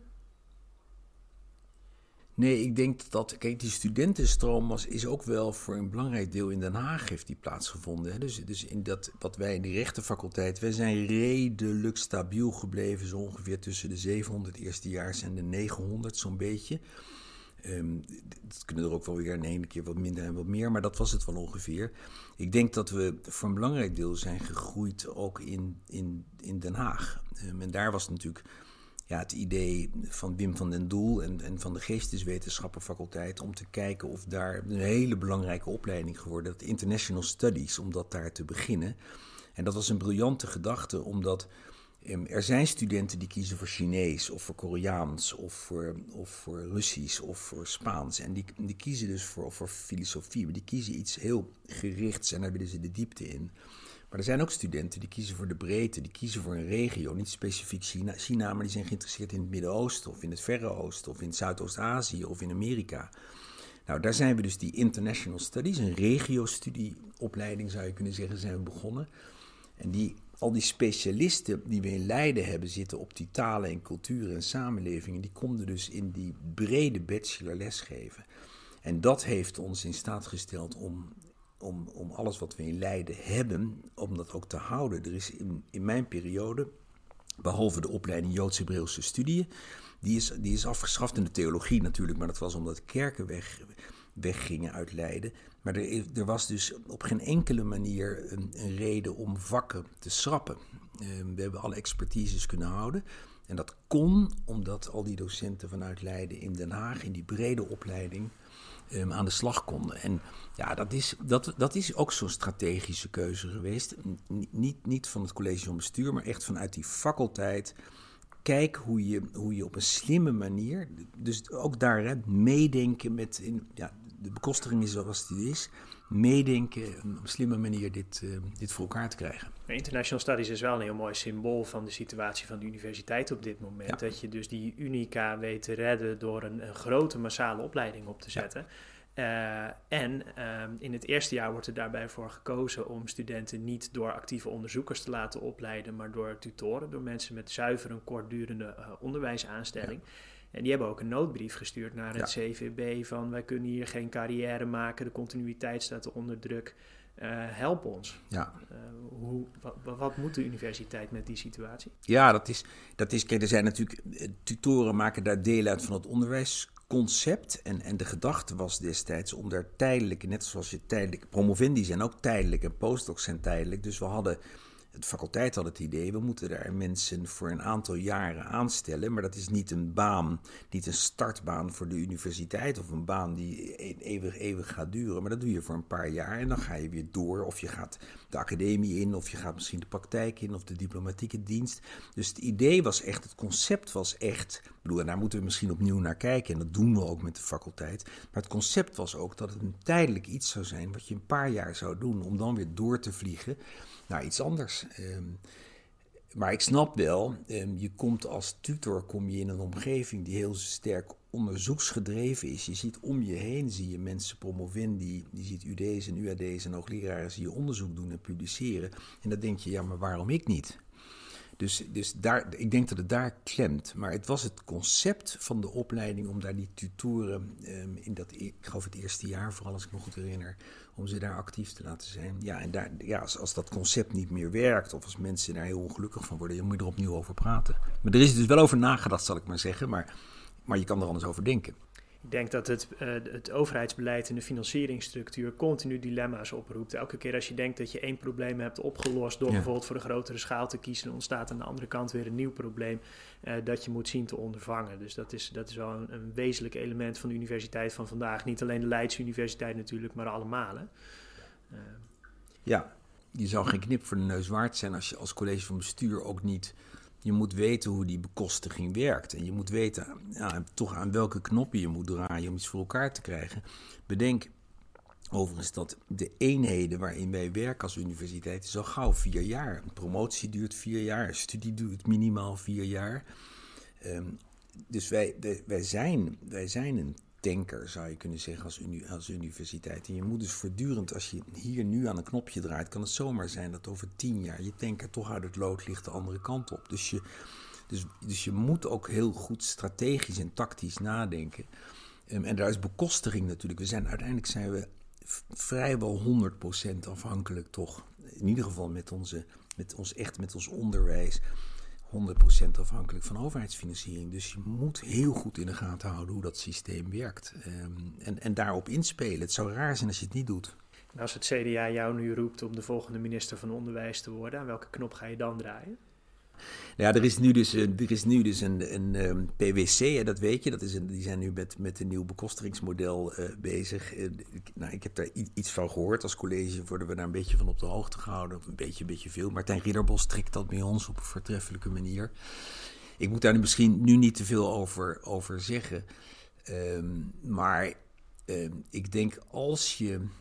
Nee, ik denk dat, kijk, die studentenstroom is ook wel voor een belangrijk deel in Den Haag heeft die plaatsgevonden. Hè? Dus in dat, wat wij in de rechtenfaculteit, wij zijn redelijk stabiel gebleven, zo ongeveer tussen de 700 eerstejaars en de 900, zo'n beetje. Dat kunnen er ook wel weer een ene keer wat minder en wat meer, maar dat was het wel ongeveer. Ik denk dat we voor een belangrijk deel zijn gegroeid ook in Den Haag. En daar was natuurlijk... Ja, het idee van Wim van den Doel en van de Geesteswetenschappenfaculteit om te kijken of daar een hele belangrijke opleiding geworden, dat International Studies, om dat daar te beginnen. En dat was een briljante gedachte, omdat er zijn studenten die kiezen voor Chinees of voor Koreaans of voor Russisch of voor Spaans. En die kiezen dus voor filosofie, maar die kiezen iets heel gerichts en daar willen ze de diepte in. Maar er zijn ook studenten die kiezen voor de breedte, die kiezen voor een regio, niet specifiek China, maar die zijn geïnteresseerd in het Midden-Oosten of in het Verre Oosten of in Zuidoost-Azië of in Amerika. Nou, daar zijn we dus die International Studies, een regio-studieopleiding zou je kunnen zeggen, zijn we begonnen. En al die specialisten die we in Leiden hebben zitten op die talen en culturen en samenlevingen, die konden dus in die brede bachelor lesgeven. En dat heeft ons in staat gesteld om alles wat we in Leiden hebben, om dat ook te houden. Er is in mijn periode, behalve de opleiding Joods-Hebreeuwse studieën, die is afgeschaft in de theologie natuurlijk, maar dat was omdat de kerken weggingen uit Leiden. Maar er was dus op geen enkele manier een reden om vakken te schrappen. We hebben alle expertises kunnen houden. En dat kon omdat al die docenten vanuit Leiden in Den Haag, in die brede opleiding, aan de slag konden. En ja, dat is ook zo'n strategische keuze geweest. Niet van het college van bestuur, maar echt vanuit die faculteit. Kijk hoe je op een slimme manier, dus ook daar meedenken met, de bekostiging is zoals die is, meedenken op een slimme manier dit voor elkaar te krijgen. International Studies is wel een heel mooi symbool van de situatie van de universiteit op dit moment. Ja. Dat je dus die Unica weet te redden door een grote massale opleiding op te zetten. Ja. In het eerste jaar wordt er daarbij voor gekozen om studenten niet door actieve onderzoekers te laten opleiden, maar door tutoren, door mensen met zuiver een kortdurende onderwijsaanstelling. Ja. En die hebben ook een noodbrief gestuurd naar het CVB van wij kunnen hier geen carrière maken, de continuïteit staat onder druk, help ons. Ja. Wat moet de universiteit met die situatie? Ja, dat is kijk, er zijn natuurlijk, tutoren maken daar deel uit van het onderwijsconcept en de gedachte was destijds om daar tijdelijk, net zoals je tijdelijk, promovendi zijn ook tijdelijk en postdocs zijn tijdelijk, dus we hadden De faculteit had het idee, we moeten daar mensen voor een aantal jaren aanstellen, maar dat is niet een baan, niet een startbaan voor de universiteit of een baan die eeuwig gaat duren, maar dat doe je voor een paar jaar en dan ga je weer door of je gaat de academie in of je gaat misschien de praktijk in of de diplomatieke dienst. Dus het idee was echt, het concept was echt, en daar moeten we misschien opnieuw naar kijken en dat doen we ook met de faculteit, maar het concept was ook dat het een tijdelijk iets zou zijn wat je een paar jaar zou doen om dan weer door te vliegen naar iets anders. Maar ik snap wel, je komt als tutor in een omgeving die heel sterk onderzoeksgedreven is. Je ziet om je heen, zie je mensen promovendi, je ziet UD's en UAD's en hoogleraren zie je onderzoek doen en publiceren. En dan denk je, ja, maar waarom ik niet? Dus daar, ik denk dat het daar klemt. Maar het was het concept van de opleiding om daar die tutoren in dat, ik geloof het eerste jaar, vooral als ik me goed herinner, om ze daar actief te laten zijn. Ja, en daar, ja, als dat concept niet meer werkt, of als mensen daar heel ongelukkig van worden, dan moet je er opnieuw over praten. Maar er is dus wel over nagedacht, zal ik maar zeggen, maar je kan er anders over denken. Ik denk dat het overheidsbeleid en de financieringsstructuur continu dilemma's oproept. Elke keer als je denkt dat je één probleem hebt opgelost door bijvoorbeeld voor een grotere schaal te kiezen, ontstaat aan de andere kant weer een nieuw probleem dat je moet zien te ondervangen. Dus dat is wel een wezenlijk element van de universiteit van vandaag. Niet alleen de Leidse Universiteit natuurlijk, maar allemaal. Hè? Ja, je zou geen knip voor de neus waard zijn als je als college van bestuur ook niet. Je moet weten hoe die bekostiging werkt. En je moet weten toch aan welke knoppen je moet draaien om iets voor elkaar te krijgen. Bedenk overigens dat de eenheden waarin wij werken als universiteit is al gauw 4 jaar. Een promotie duurt 4 jaar, een studie duurt minimaal 4 jaar. Dus wij zijn een tanker, zou je kunnen zeggen, als universiteit. En je moet dus voortdurend, als je hier nu aan een knopje draait, kan het zomaar zijn dat over 10 jaar je tanker toch uit het lood ligt de andere kant op. Dus je moet ook heel goed strategisch en tactisch nadenken. En daar is bekostiging natuurlijk. Uiteindelijk zijn we vrijwel 100% afhankelijk toch. In ieder geval met ons onderwijs. 100% afhankelijk van overheidsfinanciering. Dus je moet heel goed in de gaten houden hoe dat systeem werkt. En daarop inspelen. Het zou raar zijn als je het niet doet. En als het CDA jou nu roept om de volgende minister van Onderwijs te worden, aan welke knop ga je dan draaien? Ja, er is nu dus een PwC, dat weet je. Die zijn nu met een nieuw bekostigingsmodel bezig. Ik heb daar iets van gehoord. Als college worden we daar een beetje van op de hoogte gehouden. Een beetje veel. Martijn Ridderbos trekt dat bij ons op een voortreffelijke manier. Ik moet daar misschien nu niet te veel over zeggen. Maar ik denk als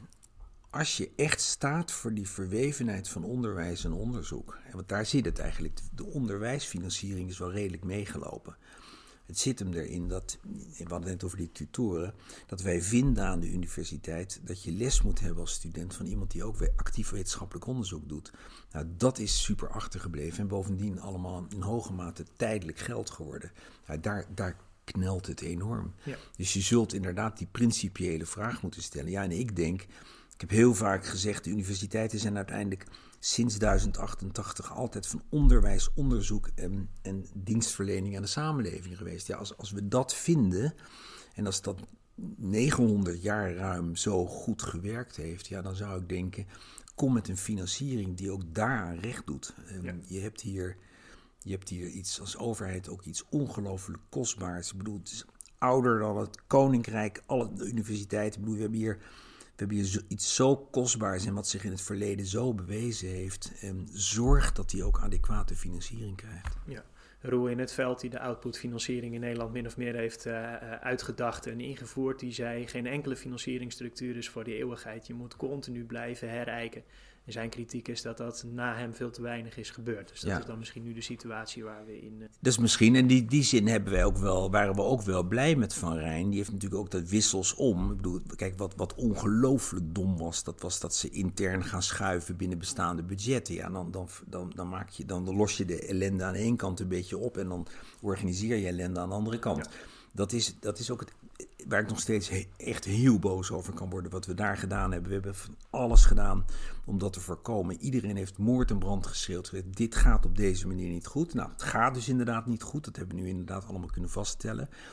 je echt staat voor die verwevenheid van onderwijs en onderzoek, want daar zit het eigenlijk, de onderwijsfinanciering is wel redelijk meegelopen. Het zit hem erin dat, we hadden het net over die tutoren, dat wij vinden aan de universiteit dat je les moet hebben als student van iemand die ook actief wetenschappelijk onderzoek doet. Nou, dat is super achtergebleven en bovendien allemaal in hoge mate tijdelijk geld geworden. Nou, daar knelt het enorm. Ja. Dus je zult inderdaad die principiële vraag moeten stellen. Ja, en ik denk, ik heb heel vaak gezegd, de universiteiten zijn uiteindelijk sinds 1088 altijd van onderwijs, onderzoek en dienstverlening aan de samenleving geweest. Ja, als we dat vinden en als dat 900 jaar ruim zo goed gewerkt heeft, ja, dan zou ik denken, kom met een financiering die ook daaraan recht doet. Je hebt hier iets als overheid ook iets ongelooflijk kostbaars. Ik bedoel, het is ouder dan het Koninkrijk, alle universiteiten. Ik bedoel, we hebben hier iets zo kostbaars en wat zich in het verleden zo bewezen heeft. Zorg dat die ook adequate financiering krijgt. Ja. Roel in het Veld, die de outputfinanciering in Nederland min of meer heeft uitgedacht en ingevoerd, die zei, geen enkele financieringsstructuur is voor de eeuwigheid. Je moet continu blijven herijken. En zijn kritiek is dat na hem veel te weinig is gebeurd. Dus dat is dan misschien nu de situatie waar we in... Dat is misschien, en die zin waren we ook wel blij met Van Rijn. Die heeft natuurlijk ook dat wissels om. Ik bedoel, kijk, wat ongelooflijk dom was dat ze intern gaan schuiven binnen bestaande budgetten. Ja, dan los je de ellende aan de ene kant een beetje op en dan organiseer je ellende aan de andere kant. Ja. Dat is ook het waar ik nog steeds echt heel boos over kan worden wat we daar gedaan hebben. We hebben van alles gedaan om dat te voorkomen. Iedereen heeft moord en brand geschreeuwd. Dit gaat op deze manier niet goed. Nou, het gaat dus inderdaad niet goed. Dat hebben we nu inderdaad allemaal kunnen vaststellen.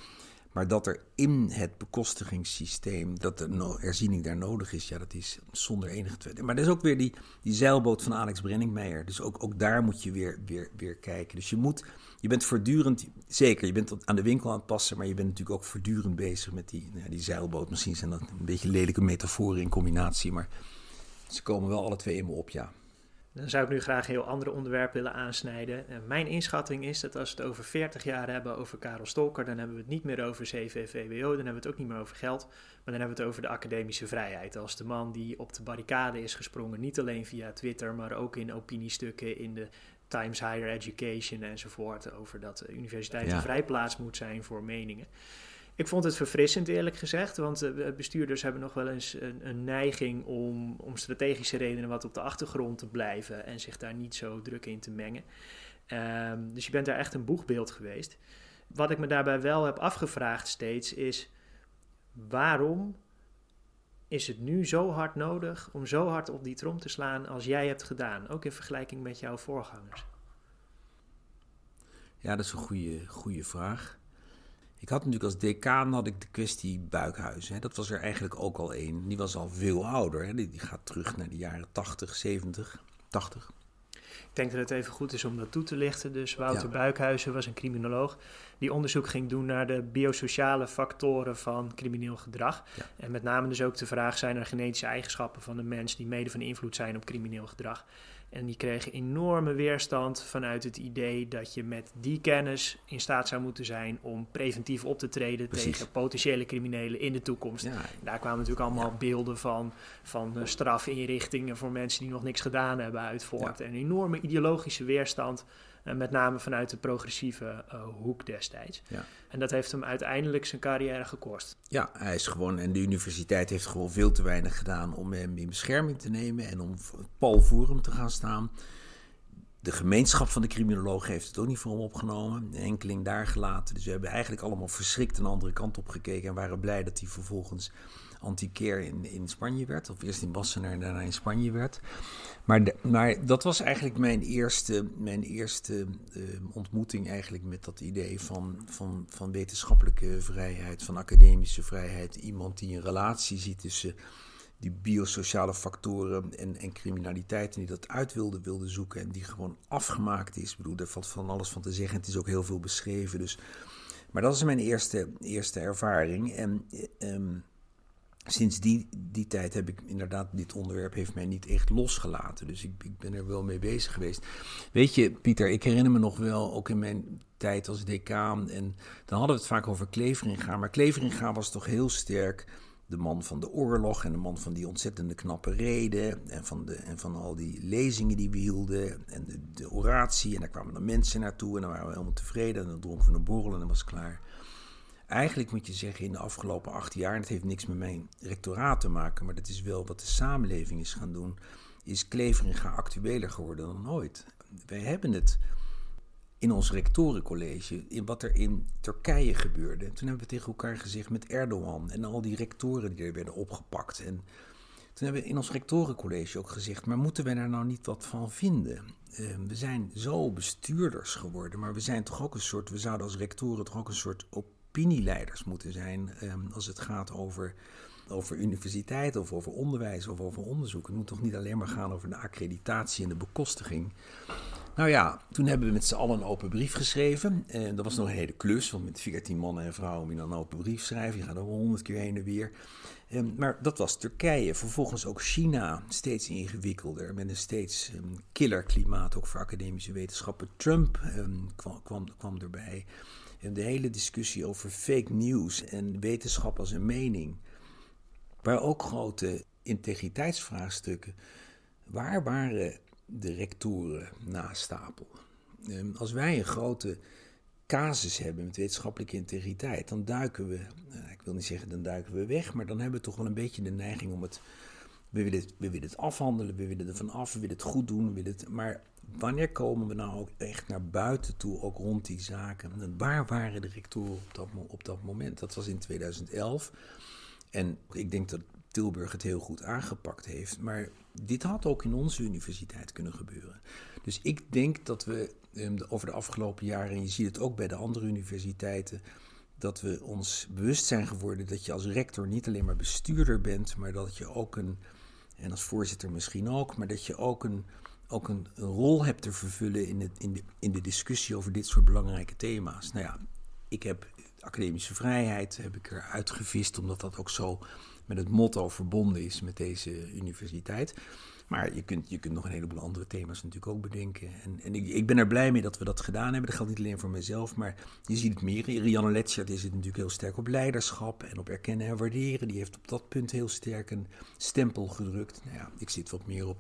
Maar dat er in het bekostigingssysteem, dat de herziening daar nodig is, ja, dat is zonder enige twijfel. Maar er is ook weer die zeilboot van Alex Brenningmeijer. Dus ook daar moet je weer kijken. Dus je bent voortdurend, zeker, je bent aan de winkel aan het passen, maar je bent natuurlijk ook voortdurend bezig met die zeilboot. Misschien zijn dat een beetje lelijke metaforen in combinatie, maar ze komen wel alle twee in me op, ja. Dan zou ik nu graag een heel andere onderwerp willen aansnijden. Mijn inschatting is dat als we het over 40 jaar hebben over Karel Stolker, dan hebben we het niet meer over CV-VWO, dan hebben we het ook niet meer over geld, maar dan hebben we het over de academische vrijheid. Als de man die op de barricade is gesprongen, niet alleen via Twitter, maar ook in opiniestukken in de Times Higher Education enzovoort, over dat de universiteit een vrijplaats moet zijn voor meningen. Ik vond het verfrissend, eerlijk gezegd, want bestuurders hebben nog wel eens een neiging om strategische redenen wat op de achtergrond te blijven en zich daar niet zo druk in te mengen. Dus je bent daar echt een boegbeeld geweest. Wat ik me daarbij wel heb afgevraagd steeds is, waarom is het nu zo hard nodig om zo hard op die trom te slaan als jij hebt gedaan, ook in vergelijking met jouw voorgangers? Ja, dat is een goede vraag. Ik had natuurlijk als decaan de kwestie Buikhuizen. Hè. Dat was er eigenlijk ook al één. Die was al veel ouder. Hè. Die gaat terug naar de jaren 80, 70, 80. Ik denk dat het even goed is om dat toe te lichten. Dus Wouter Buikhuizen was een criminoloog die onderzoek ging doen naar de biosociale factoren van crimineel gedrag. Ja. En met name dus ook de vraag, zijn er genetische eigenschappen van de mens die mede van invloed zijn op crimineel gedrag? En die kregen enorme weerstand vanuit het idee dat je met die kennis in staat zou moeten zijn om preventief op te treden tegen potentiële criminelen in de toekomst. Ja. Daar kwamen natuurlijk allemaal beelden van strafinrichtingen voor mensen die nog niks gedaan hebben uit voort. Ja. En een enorme ideologische weerstand, met name vanuit de progressieve hoek destijds. Ja. En dat heeft hem uiteindelijk zijn carrière gekost. Ja, hij is gewoon, en de universiteit heeft gewoon veel te weinig gedaan om hem in bescherming te nemen en om pal voor hem te gaan staan. De gemeenschap van de criminologen heeft het ook niet voor hem opgenomen. Een enkeling daar gelaten. Dus we hebben eigenlijk allemaal verschrikt een andere kant op gekeken en waren blij dat hij vervolgens antiquair in Spanje werd. Of eerst in Wassenaar en daarna in Spanje werd. Maar dat was eigenlijk mijn eerste ontmoeting eigenlijk met dat idee van wetenschappelijke vrijheid, van academische vrijheid. Iemand die een relatie ziet tussen die biosociale factoren en criminaliteit en die dat uit wilde zoeken en die gewoon afgemaakt is. Ik bedoel, daar valt van alles van te zeggen. Het is ook heel veel beschreven. Dus. Maar dat is mijn eerste ervaring. En sinds die tijd heb ik inderdaad, dit onderwerp heeft mij niet echt losgelaten. Dus ik ben er wel mee bezig geweest. Weet je, Pieter, ik herinner me nog wel, ook in mijn tijd als decaan, en dan hadden we het vaak over Cleveringa. Maar Cleveringa was toch heel sterk de man van de oorlog en de man van die ontzettende knappe reden en van al die lezingen die we hielden en de oratie. En daar kwamen dan mensen naartoe en dan waren we helemaal tevreden en dan dronken we een borrel en dan was het klaar. Eigenlijk moet je zeggen, in de afgelopen 8 jaar, en het heeft niks met mijn rectoraat te maken, maar dat is wel wat de samenleving is gaan doen, is Cleveringa actueler geworden dan ooit. Wij hebben het in ons rectorencollege, in wat er in Turkije gebeurde. Toen hebben we tegen elkaar gezegd met Erdogan en al die rectoren die er werden opgepakt. En toen hebben we in ons rectorencollege ook gezegd, maar moeten wij daar nou niet wat van vinden? We zijn zo bestuurders geworden, maar we zijn toch ook we zouden als rectoren toch ook een soort opinieleiders moeten zijn als het gaat over universiteit of over onderwijs of over onderzoek. Het moet toch niet alleen maar gaan over de accreditatie en de bekostiging. Nou ja, toen hebben we met z'n allen een open brief geschreven. En dat was nog een hele klus, want met 14 mannen en vrouwen moet je dan een open brief schrijven. Je gaat over 100 keer heen en weer. Maar dat was Turkije. Vervolgens ook China, steeds ingewikkelder, met een steeds killer klimaat, ook voor academische wetenschappen. Trump kwam erbij. En de hele discussie over fake news en wetenschap als een mening. Maar ook grote integriteitsvraagstukken. Waar waren de rectoren na Stapel? Als wij een grote casus hebben met wetenschappelijke integriteit, dan duiken we, ik wil niet zeggen dan duiken we weg, maar dan hebben we toch wel een beetje de neiging om we willen het afhandelen, we willen er van af, we willen het goed doen, maar wanneer komen we nou ook echt naar buiten toe, ook rond die zaken? En waar waren de rectoren op dat moment? Dat was in 2011 en ik denk dat Tilburg het heel goed aangepakt heeft, maar dit had ook in onze universiteit kunnen gebeuren. Dus ik denk dat we over de afgelopen jaren, en je ziet het ook bij de andere universiteiten, dat we ons bewust zijn geworden dat je als rector niet alleen maar bestuurder bent, maar dat je ook en als voorzitter misschien ook, maar dat je ook een rol hebt te vervullen in de discussie over dit soort belangrijke thema's. Nou ja, ik heb academische vrijheid, heb ik eruit gevist, omdat dat ook zo met het motto verbonden is met deze universiteit. Maar je kunt nog een heleboel andere thema's natuurlijk ook bedenken. En ik ben er blij mee dat we dat gedaan hebben. Dat geldt niet alleen voor mezelf, maar je ziet het meer. Rianne Letschert zit natuurlijk heel sterk op leiderschap en op erkennen en waarderen. Die heeft op dat punt heel sterk een stempel gedrukt. Nou ja, ik zit wat meer op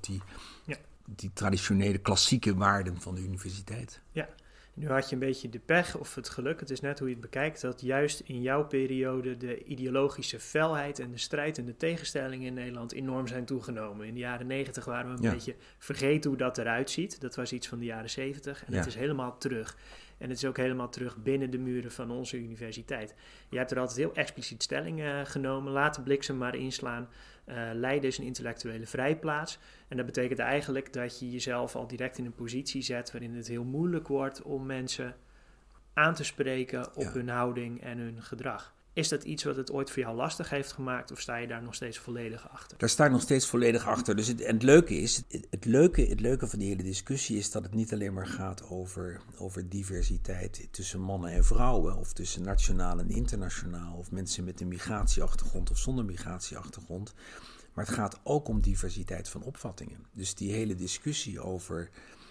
die traditionele klassieke waarden van de universiteit. Ja. Nu had je een beetje de pech of het geluk, het is net hoe je het bekijkt, dat juist in jouw periode de ideologische felheid en de strijd en de tegenstellingen in Nederland enorm zijn toegenomen. In de jaren 90 waren we een beetje vergeten hoe dat eruit ziet. Dat was iets van de jaren 70 en het is helemaal terug. En het is ook helemaal terug binnen de muren van onze universiteit. Je hebt er altijd heel expliciet stelling genomen. Laat de bliksem maar inslaan. Leiden is een intellectuele vrijplaats. En dat betekent eigenlijk dat je jezelf al direct in een positie zet waarin het heel moeilijk wordt om mensen aan te spreken op hun houding en hun gedrag. Is dat iets wat het ooit voor jou lastig heeft gemaakt of sta je daar nog steeds volledig achter? Daar sta ik nog steeds volledig achter. Dus het leuke is, het leuke van die hele discussie is dat het niet alleen maar gaat over diversiteit tussen mannen en vrouwen, of tussen nationaal en internationaal, of mensen met een migratieachtergrond of zonder migratieachtergrond. Maar het gaat ook om diversiteit van opvattingen. Dus die hele discussie over,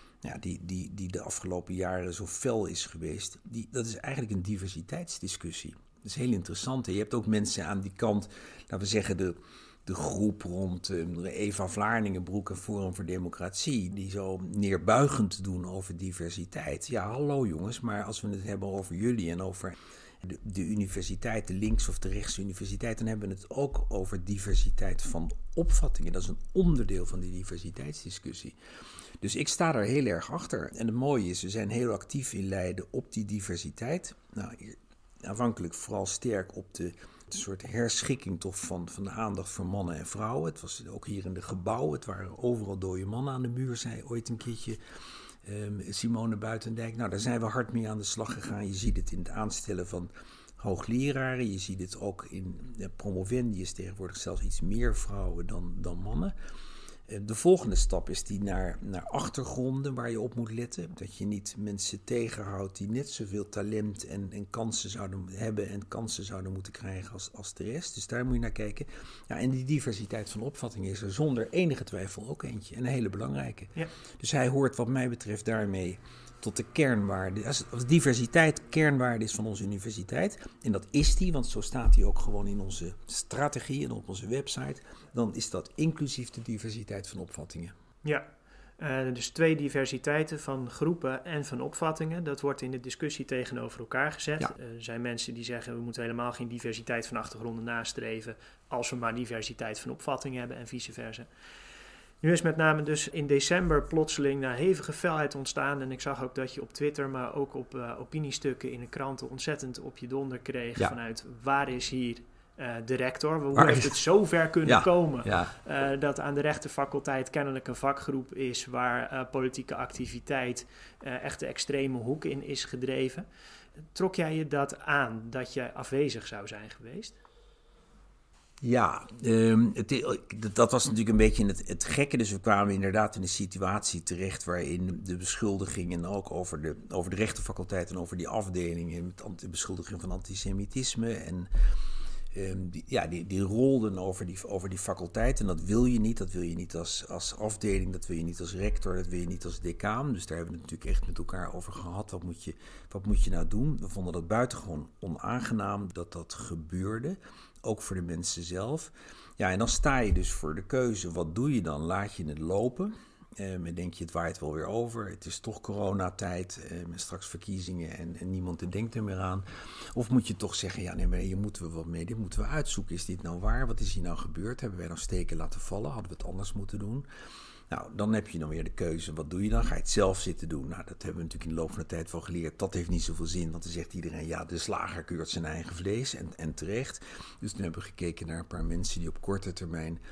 die de afgelopen jaren zo fel is geweest, dat is eigenlijk een diversiteitsdiscussie. Dat is heel interessant. En je hebt ook mensen aan die kant, laten we zeggen de groep rond Eva Vlaardingenbroek en Forum voor Democratie, die zo neerbuigend doen over diversiteit. Ja, hallo jongens, maar als we het hebben over jullie en over de universiteit, de links- of de rechtse universiteit, dan hebben we het ook over diversiteit van opvattingen. Dat is een onderdeel van die diversiteitsdiscussie. Dus ik sta daar heel erg achter. En het mooie is, we zijn heel actief in Leiden op die diversiteit. Nou, aanvankelijk vooral sterk op de soort herschikking toch van de aandacht voor mannen en vrouwen. Het was ook hier in de gebouwen, het waren overal dode mannen aan de muur, zei ooit een keertje Simone Buitendijk. Nou, daar zijn we hard mee aan de slag gegaan. Je ziet het in het aanstellen van hoogleraren, je ziet het ook in promovendi is tegenwoordig zelfs iets meer vrouwen dan mannen. De volgende stap is die naar achtergronden waar je op moet letten. Dat je niet mensen tegenhoudt die net zoveel talent en kansen zouden hebben en kansen zouden moeten krijgen als de rest. Dus daar moet je naar kijken. Ja, en die diversiteit van opvattingen is er zonder enige twijfel ook eentje. En een hele belangrijke. Ja. Dus hij hoort wat mij betreft daarmee tot de kernwaarde. Als diversiteit kernwaarde is van onze universiteit, en dat is die, want zo staat die ook gewoon in onze strategie en op onze website, dan is dat inclusief de diversiteit van opvattingen. Ja, dus 2 diversiteiten van groepen en van opvattingen. Dat wordt in de discussie tegenover elkaar gezet. Ja. Er zijn mensen die zeggen we moeten helemaal geen diversiteit van achtergronden nastreven als we maar diversiteit van opvattingen hebben en vice versa. Nu is met name dus in december plotseling naar hevige felheid ontstaan. En ik zag ook dat je op Twitter, maar ook op opiniestukken in de kranten ontzettend op je donder kreeg vanuit waar is hier de rector? Hoe heeft het zo ver kunnen komen dat aan de rechtenfaculteit kennelijk een vakgroep is waar politieke activiteit echt de extreme hoek in is gedreven. Trok jij je dat aan, dat jij afwezig zou zijn geweest? Ja, dat was natuurlijk een beetje het gekke. Dus we kwamen inderdaad in een situatie terecht waarin de beschuldigingen ook over de rechtenfaculteit en over die afdelingen met de beschuldiging van antisemitisme en die rolden over die faculteit. En dat wil je niet. Dat wil je niet als afdeling, dat wil je niet als rector, dat wil je niet als decaan. Dus daar hebben we het natuurlijk echt met elkaar over gehad. Wat moet je nou doen? We vonden dat buitengewoon onaangenaam dat gebeurde. Ook voor de mensen zelf. Ja, en dan sta je dus voor de keuze. Wat doe je dan? Laat je het lopen? En denk je, het waait wel weer over. Het is toch coronatijd. Straks verkiezingen en niemand denkt er meer aan. Of moet je toch zeggen, ja, nee, maar hier moeten we wat mee. Dit moeten we uitzoeken. Is dit nou waar? Wat is hier nou gebeurd? Hebben wij nou steken laten vallen? Hadden we het anders moeten doen? Nou, dan heb je dan weer de keuze. Wat doe je dan? Ga je het zelf zitten doen? Nou, dat hebben we natuurlijk in de loop van de tijd wel geleerd. Dat heeft niet zoveel zin, want dan zegt iedereen, ja, de slager keurt zijn eigen vlees en terecht. Dus toen hebben we gekeken naar een paar mensen die op korte termijn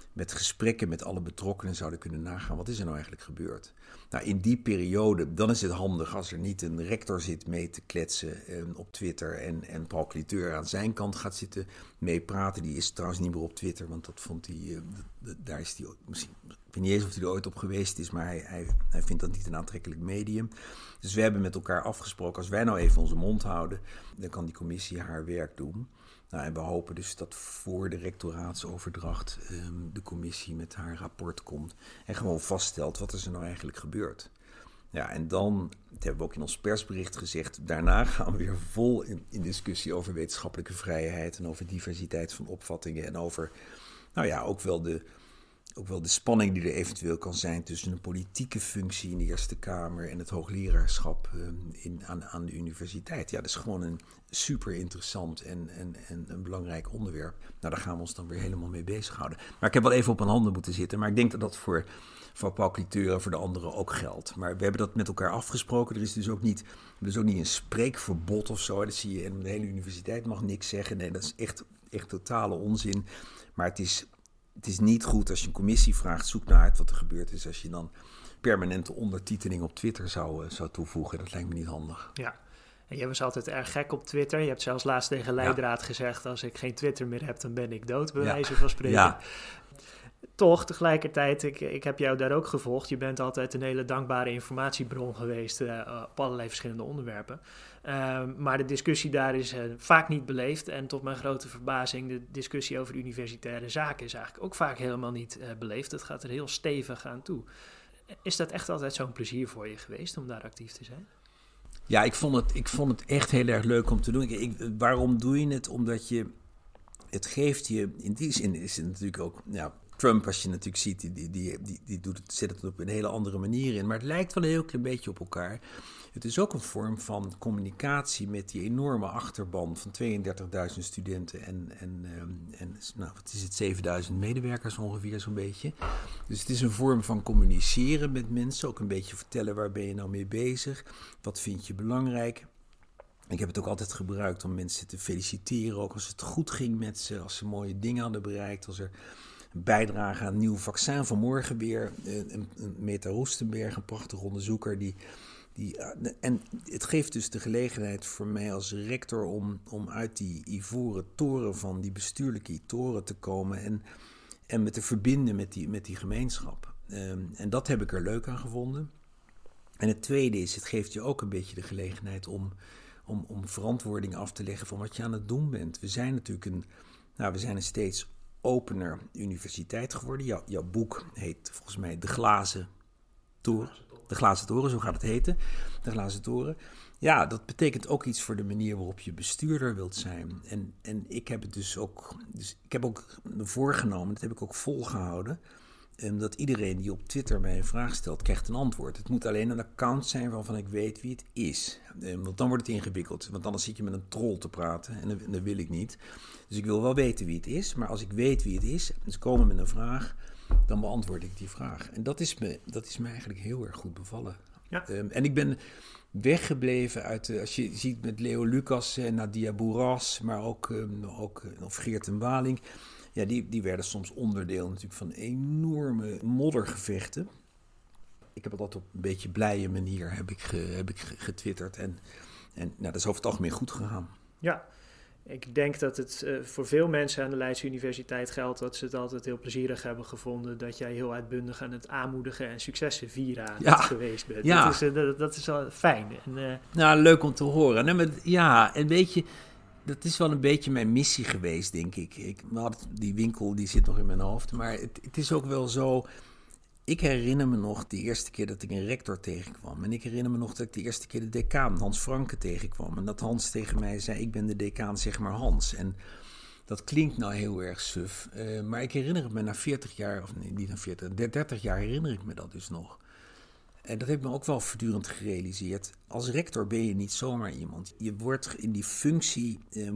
met gesprekken met alle betrokkenen zouden kunnen nagaan. Wat is er nou eigenlijk gebeurd? Nou, in die periode, dan is het handig als er niet een rector zit mee te kletsen op Twitter en Paul Cliteur aan zijn kant gaat zitten meepraten. Die is trouwens niet meer op Twitter, want dat vond hij, daar is hij misschien, ik weet niet eens of hij er ooit op geweest is, maar hij vindt dat niet een aantrekkelijk medium. Dus we hebben met elkaar afgesproken, als wij nou even onze mond houden, dan kan die commissie haar werk doen. Nou, en we hopen dus dat voor de rectoraatsoverdracht de commissie met haar rapport komt en gewoon vaststelt wat is er nou eigenlijk gebeurd. Ja, en dan, dat hebben we ook in ons persbericht gezegd, daarna gaan we weer vol in discussie over wetenschappelijke vrijheid en over diversiteit van opvattingen en over, nou ja, ook wel de spanning die er eventueel kan zijn tussen een politieke functie in de Eerste Kamer en het hoogleraarschap aan de universiteit. Ja, dat is gewoon een super interessant en een belangrijk onderwerp. Nou, daar gaan we ons dan weer helemaal mee bezighouden. Maar ik heb wel even op mijn handen moeten zitten, maar ik denk dat dat voor Paul Cliteur en voor de anderen ook geldt. Maar we hebben dat met elkaar afgesproken. Er is dus ook niet een spreekverbod of zo. Dat zie je, en de hele universiteit mag niks zeggen. Nee, dat is echt totale onzin. Maar het is niet goed als je een commissie vraagt, zoek naar uit wat er gebeurd is, als je dan permanente ondertiteling op Twitter zou toevoegen. Dat lijkt me niet handig. Ja, en jij was altijd erg gek op Twitter. Je hebt zelfs laatst tegen Leidraad gezegd, als ik geen Twitter meer heb, dan ben ik dood, bij wijze van spreken. Ja. Toch, tegelijkertijd, ik heb jou daar ook gevolgd. Je bent altijd een hele dankbare informatiebron geweest op allerlei verschillende onderwerpen. Maar de discussie daar is vaak niet beleefd. En tot mijn grote verbazing, de discussie over universitaire zaken is eigenlijk ook vaak helemaal niet beleefd. Het gaat er heel stevig aan toe. Is dat echt altijd zo'n plezier voor je geweest om daar actief te zijn? Ja, ik vond het echt heel erg leuk om te doen. Waarom doe je het? Omdat het geeft je, in die zin is het natuurlijk ook, ja, Trump, als je natuurlijk ziet, die zet het op een hele andere manier in. Maar het lijkt wel een heel klein beetje op elkaar. Het is ook een vorm van communicatie met die enorme achterban van 32.000 studenten en nou, wat is het, 7.000 medewerkers ongeveer zo'n beetje. Dus het is een vorm van communiceren met mensen, ook een beetje vertellen waar ben je nou mee bezig, wat vind je belangrijk. Ik heb het ook altijd gebruikt om mensen te feliciteren, ook als het goed ging met ze, als ze mooie dingen hadden bereikt, als er een bijdrage aan een nieuw vaccin. Vanmorgen weer Meta Roestenberg, een prachtig onderzoeker. En het geeft dus de gelegenheid voor mij als rector om uit die ivoren toren van die bestuurlijke toren te komen en me te verbinden met die gemeenschap. En dat heb ik er leuk aan gevonden. En het tweede is, het geeft je ook een beetje de gelegenheid om verantwoording af te leggen van wat je aan het doen bent. We zijn natuurlijk een steeds opener universiteit geworden. Jouw boek heet volgens mij De Glazen Toren. De Glazen Toren, zo gaat het heten. De Glazen Toren. Ja, dat betekent ook iets voor de manier waarop je bestuurder wilt zijn. En ik heb het dus ik heb ook me voorgenomen, dat heb ik ook volgehouden, dat iedereen die op Twitter mij een vraag stelt, krijgt een antwoord. Het moet alleen een account zijn waarvan ik weet wie het is. Want dan wordt het ingewikkeld. Want anders zit je met een troll te praten en dat wil ik niet. Dus ik wil wel weten wie het is. Maar als ik weet wie het is en ze komen met een vraag, dan beantwoord ik die vraag. En dat is me eigenlijk heel erg goed bevallen. Ja. En ik ben weggebleven uit, als je ziet met Leo Lucas en Nadia Bourras, maar ook Geert en Waling. Ja, die werden soms onderdeel natuurlijk van enorme moddergevechten. Ik heb het altijd op een beetje blije manier heb ik getwitterd. En nou, dat is over het algemeen goed gegaan. Ja, ik denk dat het voor veel mensen aan de Leidse Universiteit geldt dat ze het altijd heel plezierig hebben gevonden dat jij heel uitbundig aan het aanmoedigen en successen vieren geweest bent. Ja. Dat is wel fijn. Nou, leuk om te horen. Nee, maar, en weet je, dat is wel een beetje mijn missie geweest, denk ik. Die winkel die zit nog in mijn hoofd, maar het is ook wel zo. Ik herinner me nog de eerste keer dat ik een rector tegenkwam. En ik herinner me nog dat ik de eerste keer de decaan, Hans Franke, tegenkwam. En dat Hans tegen mij zei, ik ben de decaan, zeg maar Hans. En dat klinkt nou heel erg suf. Maar ik herinner het me na 40 jaar, of nee, niet na 40, 30 jaar herinner ik me dat dus nog. En dat heb ik me ook wel voortdurend gerealiseerd. Als rector ben je niet zomaar iemand. Je wordt in die functie,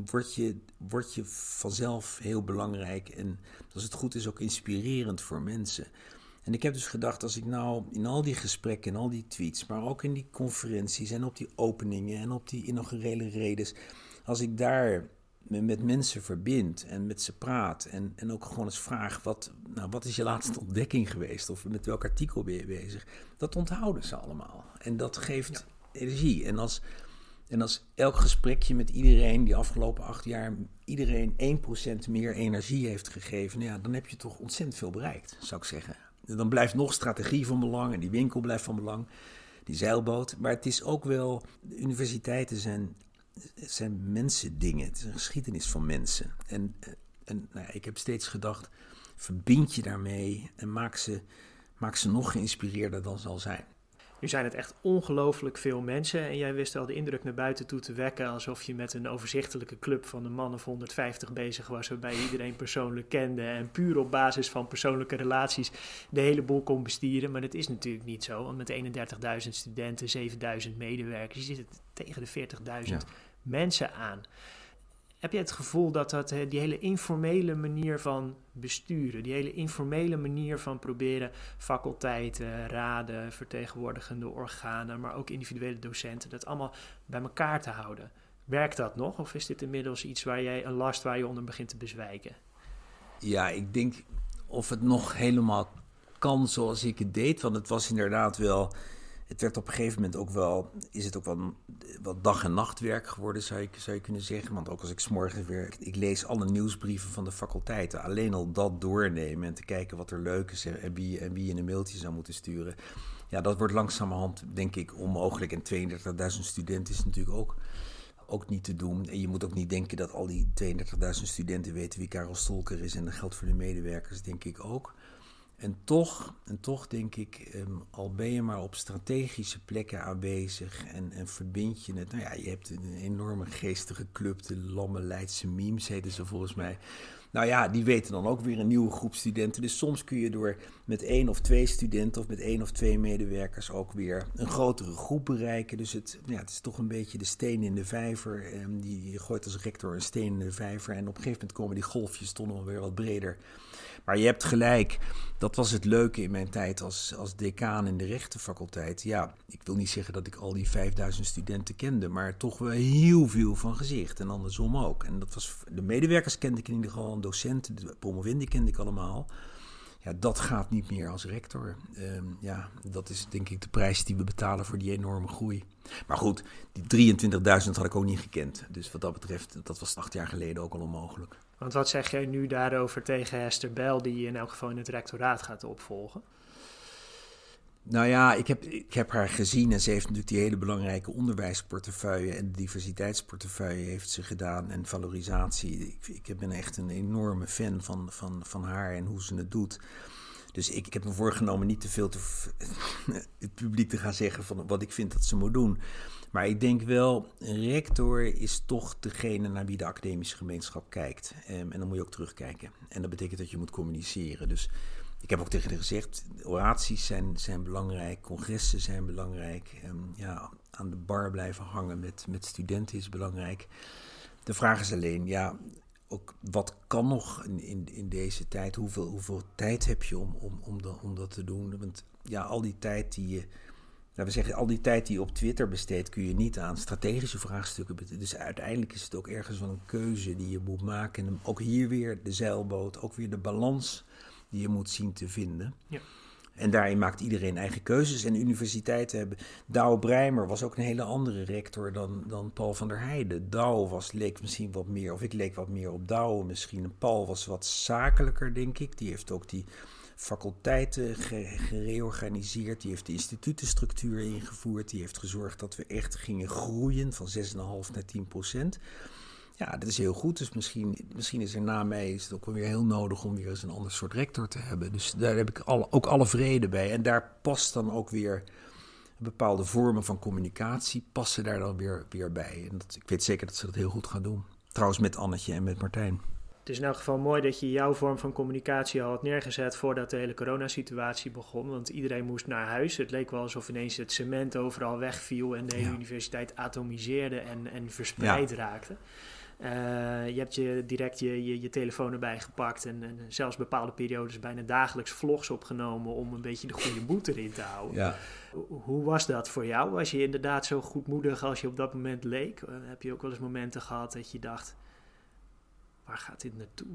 word je vanzelf heel belangrijk. En als het goed is ook inspirerend voor mensen. En ik heb dus gedacht, als ik nou in al die gesprekken en al die tweets, maar ook in die conferenties en op die openingen en op die inaugurele redes, als ik daar met mensen verbindt en met ze praat en ook gewoon eens vraagt, wat is je laatste ontdekking geweest? Of met welk artikel ben je bezig? Dat onthouden ze allemaal. En dat geeft energie. En als elk gesprekje met iedereen die afgelopen 8 jaar iedereen 1% meer energie heeft gegeven, dan heb je toch ontzettend veel bereikt, zou ik zeggen. En dan blijft nog strategie van belang en die winkel blijft van belang, die zeilboot. Maar het is ook wel, de universiteiten zijn mensendingen. Het is een geschiedenis van mensen. En ik heb steeds gedacht, verbind je daarmee en maak ze nog geïnspireerder dan ze al zijn. Nu zijn het echt ongelooflijk veel mensen en jij wist al de indruk naar buiten toe te wekken alsof je met een overzichtelijke club van een man of 150 bezig was, waarbij je iedereen persoonlijk kende en puur op basis van persoonlijke relaties de hele boel kon bestieren. Maar dat is natuurlijk niet zo, want met 31.000 studenten, 7.000 medewerkers, je zit tegen de 40.000 mensen aan. Heb je het gevoel dat die hele informele manier van besturen, die hele informele manier van proberen faculteiten, raden, vertegenwoordigende organen, maar ook individuele docenten, dat allemaal bij elkaar te houden? Werkt dat nog of is dit inmiddels iets een last waar je onder begint te bezwijken? Ja, ik denk of het nog helemaal kan zoals ik het deed, want het was inderdaad wel... Het werd op een gegeven moment ook wel, is het ook wel wat dag- en nachtwerk geworden, zou je kunnen zeggen. Want ook als ik 's morgens weer, ik lees alle nieuwsbrieven van de faculteiten. Alleen al dat doornemen en te kijken wat er leuk is en wie je een mailtje zou moeten sturen. Ja, dat wordt langzamerhand, denk ik, onmogelijk. En 32.000 studenten is natuurlijk ook niet te doen. En je moet ook niet denken dat al die 32.000 studenten weten wie Karel Stolker is. En dat geldt voor de medewerkers, denk ik ook. En toch denk ik, al ben je maar op strategische plekken aanwezig en verbind je het. Nou ja, je hebt een enorme geestige club, de Lamme Leidse Memes heten ze volgens mij. Nou ja, die weten dan ook weer een nieuwe groep studenten. Dus soms kun je door met 1 of 2 studenten of met 1 of 2 medewerkers ook weer een grotere groep bereiken. Dus het is toch een beetje de steen in de vijver. Je gooit als rector een steen in de vijver en op een gegeven moment komen die golfjes toch nog weer wat breder. Maar je hebt gelijk, dat was het leuke in mijn tijd als decaan in de rechtenfaculteit. Ja, ik wil niet zeggen dat ik al die 5000 studenten kende, maar toch wel heel veel van gezicht en andersom ook. En dat was, de medewerkers kende ik in ieder geval, docenten, de promovenden kende ik allemaal. Ja, dat gaat niet meer als rector. Dat is denk ik de prijs die we betalen voor die enorme groei. Maar goed, die 23.000 had ik ook niet gekend. Dus wat dat betreft, dat was 8 jaar geleden ook al onmogelijk. Want wat zeg jij nu daarover tegen Hester Bijl, die je in elk geval in het rectoraat gaat opvolgen? Nou ja, ik heb haar gezien en ze heeft natuurlijk die hele belangrijke onderwijsportefeuille en diversiteitsportefeuille heeft ze gedaan en valorisatie. Ik ben echt een enorme fan van haar en hoe ze het doet. Dus ik heb me voorgenomen niet te veel het publiek te gaan zeggen van wat ik vind dat ze moet doen. Maar ik denk wel, een rector is toch degene naar wie de academische gemeenschap kijkt. En dan moet je ook terugkijken. En dat betekent dat je moet communiceren. Dus ik heb ook tegen haar gezegd, oraties zijn belangrijk, congressen zijn belangrijk. Aan de bar blijven hangen met studenten is belangrijk. De vraag is alleen, ook wat kan nog in deze tijd? Hoeveel tijd heb je om dat te doen? Want al die tijd die je... al die tijd die je op Twitter besteedt, kun je niet aan strategische vraagstukken. Dus uiteindelijk is het ook ergens wel een keuze die je moet maken. En ook hier weer de zeilboot, ook weer de balans die je moet zien te vinden. Ja. En daarin maakt iedereen eigen keuzes. En universiteiten hebben... Douwe Breimer was ook een hele andere rector dan Paul van der Heijden. Douwe leek misschien wat meer, of ik leek wat meer op Douwe misschien. En Paul was wat zakelijker, denk ik. Die heeft ook die faculteiten gereorganiseerd. Die heeft de institutenstructuur ingevoerd. Die heeft gezorgd dat we echt gingen groeien van 6,5 naar 10%. Ja, dat is heel goed. Dus misschien is er na mij is het ook wel weer heel nodig om weer eens een ander soort rector te hebben. Dus daar heb ik ook alle vrede bij. En daar past dan ook weer bepaalde vormen van communicatie passen daar dan weer bij. En ik weet zeker dat ze dat heel goed gaan doen. Trouwens met Annetje en met Martijn. Het is in elk geval mooi dat je jouw vorm van communicatie al had neergezet voordat de hele coronasituatie begon. Want iedereen moest naar huis. Het leek wel alsof ineens het cement overal wegviel en de hele universiteit atomiseerde en verspreid raakte. Je hebt direct je telefoon erbij gepakt en zelfs bepaalde periodes bijna dagelijks vlogs opgenomen om een beetje de goede moed erin te houden. Ja. Hoe was dat voor jou? Was je inderdaad zo goedmoedig als je op dat moment leek? Heb je ook wel eens momenten gehad dat je dacht, waar gaat dit naartoe?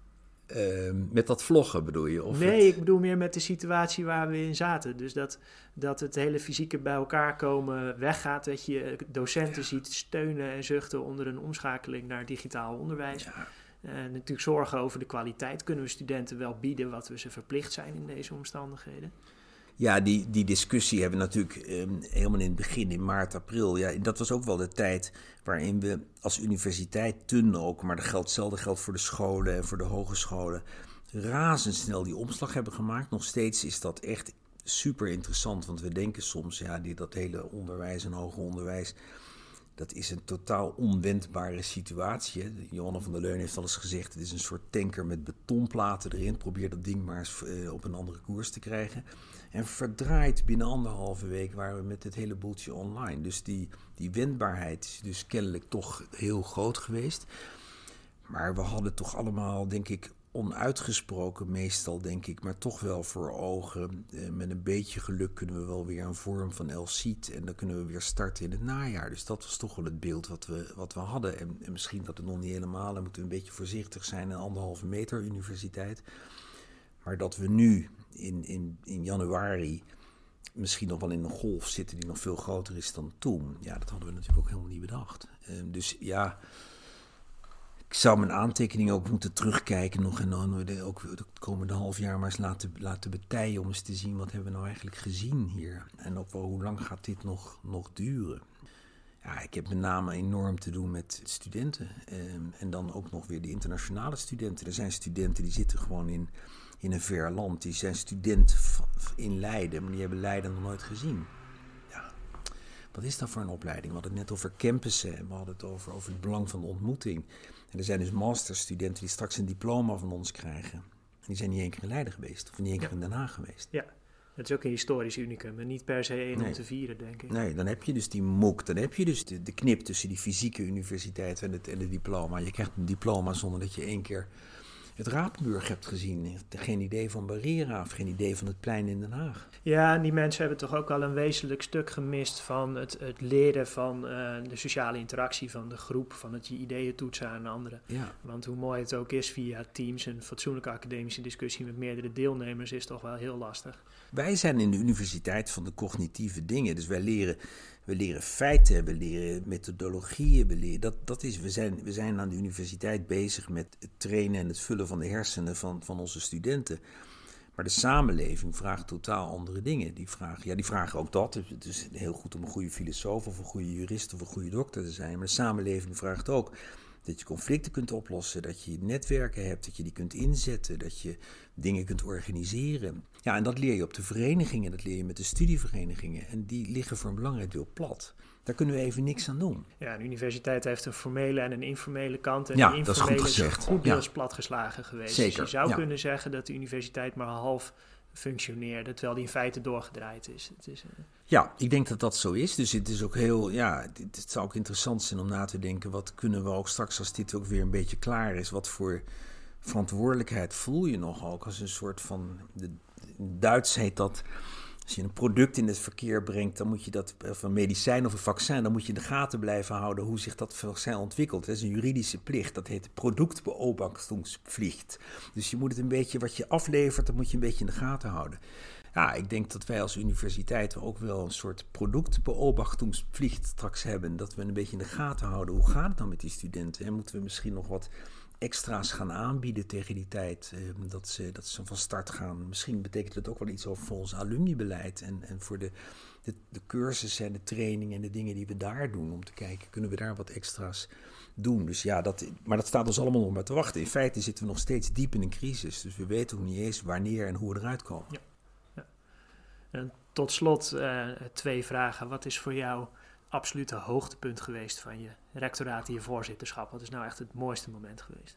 Met dat vloggen bedoel je? Of nee, ik bedoel meer met de situatie waar we in zaten. Dus dat het hele fysieke bij elkaar komen weggaat. Dat je docenten ziet steunen en zuchten onder een omschakeling naar digitaal onderwijs. Ja. Natuurlijk zorgen over de kwaliteit. Kunnen we studenten wel bieden wat we ze verplicht zijn in deze omstandigheden? Ja, die discussie hebben we natuurlijk helemaal in het begin, in maart, april. Ja, dat was ook wel de tijd waarin we als universiteit ook, maar hetzelfde geldt voor de scholen en voor de hogescholen, razendsnel die omslag hebben gemaakt. Nog steeds is dat echt super interessant, want we denken soms, dat hele onderwijs en hoger onderwijs, dat is een totaal onwendbare situatie. Hè. Johanna van der Leun heeft al eens gezegd, het is een soort tanker met betonplaten erin. Probeer dat ding maar eens op een andere koers te krijgen. En verdraaid binnen 1,5 week waren we met dit hele boeltje online. Dus die wendbaarheid is dus kennelijk toch heel groot geweest. Maar we hadden toch allemaal, denk ik, onuitgesproken meestal, denk ik, maar toch wel voor ogen. Met een beetje geluk kunnen we wel weer een vorm van LSEAT en dan kunnen we weer starten in het najaar. Dus dat was toch wel het beeld wat we hadden. En misschien dat het nog niet helemaal, dan moeten we een beetje voorzichtig zijn, een 1,5 meter universiteit. Maar dat we nu in januari misschien nog wel in een golf zitten die nog veel groter is dan toen. Ja, dat hadden we natuurlijk ook helemaal niet bedacht. Dus ja, ik zou mijn aantekeningen ook moeten terugkijken nog en dan ook het komende half jaar maar eens laten betijen om eens te zien wat hebben we nou eigenlijk gezien hier. En ook wel hoe lang gaat dit nog duren. Ja, ik heb met name enorm te doen met studenten en dan ook nog weer de internationale studenten. Er zijn studenten die zitten gewoon in een ver land. Die zijn student in Leiden, maar die hebben Leiden nog nooit gezien. Ja, wat is dat voor een opleiding? We hadden het net over campussen en we hadden het over het belang van de ontmoeting. En er zijn dus masterstudenten die straks een diploma van ons krijgen. En die zijn niet één keer in Leiden geweest of niet één keer in Den Haag geweest. Ja, dat is ook een historisch unicum en niet per se één om te vieren, denk ik. Nee, dan heb je dus die MOOC, dan heb je dus de knip tussen die fysieke universiteit en het diploma. Je krijgt een diploma zonder dat je één keer het Rapenburg hebt gezien. Geen idee van Barrera of geen idee van het plein in Den Haag. Ja, en die mensen hebben toch ook al een wezenlijk stuk gemist van het leren van de sociale interactie van de groep, van het je ideeën toetsen aan anderen. Ja. Want hoe mooi het ook is via Teams, een fatsoenlijke academische discussie met meerdere deelnemers is toch wel heel lastig. Wij zijn in de universiteit van de cognitieve dingen, dus we leren feiten, we leren methodologieën, we zijn aan de universiteit bezig met het trainen en het vullen van de hersenen van onze studenten. Maar de samenleving vraagt totaal andere dingen. Die vragen ook dat. Het is heel goed om een goede filosoof of een goede jurist of een goede dokter te zijn. Maar de samenleving vraagt ook dat je conflicten kunt oplossen, dat je netwerken hebt, dat je die kunt inzetten, dat je dingen kunt organiseren. Ja, en dat leer je op de verenigingen, dat leer je met de studieverenigingen. En die liggen voor een belangrijk deel plat. Daar kunnen we even niks aan doen. Ja, een universiteit heeft een formele en een informele kant. En ja, de dat informele is goed gezegd. goed deels platgeslagen geweest. Zeker. Dus je zou kunnen zeggen dat de universiteit maar half functioneerde, terwijl die in feite doorgedraaid is. Ja, ik denk dat dat zo is. Dus het is ook het zou ook interessant zijn om na te denken, wat kunnen we ook straks, als dit ook weer een beetje klaar is, wat voor verantwoordelijkheid voel je nog ook als een soort van, in Duits heet dat, als je een product in het verkeer brengt, dan moet je dat, of een medicijn of een vaccin, dan moet je in de gaten blijven houden hoe zich dat vaccin ontwikkelt. Dat is een juridische plicht, dat heet productbeobachtungsplicht. Dus je moet het een beetje, wat je aflevert, dat moet je een beetje in de gaten houden. Ja, ik denk dat wij als universiteit ook wel een soort productbeobachtungsplicht straks hebben, dat we een beetje in de gaten houden. Hoe gaat het dan met die studenten? En moeten we misschien nog wat extra's gaan aanbieden tegen die tijd, dat ze van start gaan. Misschien betekent het ook wel iets over voor ons alumnibeleid en voor de cursussen en de training en de dingen die we daar doen, om te kijken, kunnen we daar wat extra's doen. Dus ja, maar dat staat ons allemaal nog maar te wachten. In feite zitten we nog steeds diep in een crisis, dus we weten ook niet eens wanneer en hoe we eruit komen. Ja. En tot slot 2 vragen. Wat is voor jou absolute hoogtepunt geweest van je rectoraat en je voorzitterschap? Wat is nou echt het mooiste moment geweest?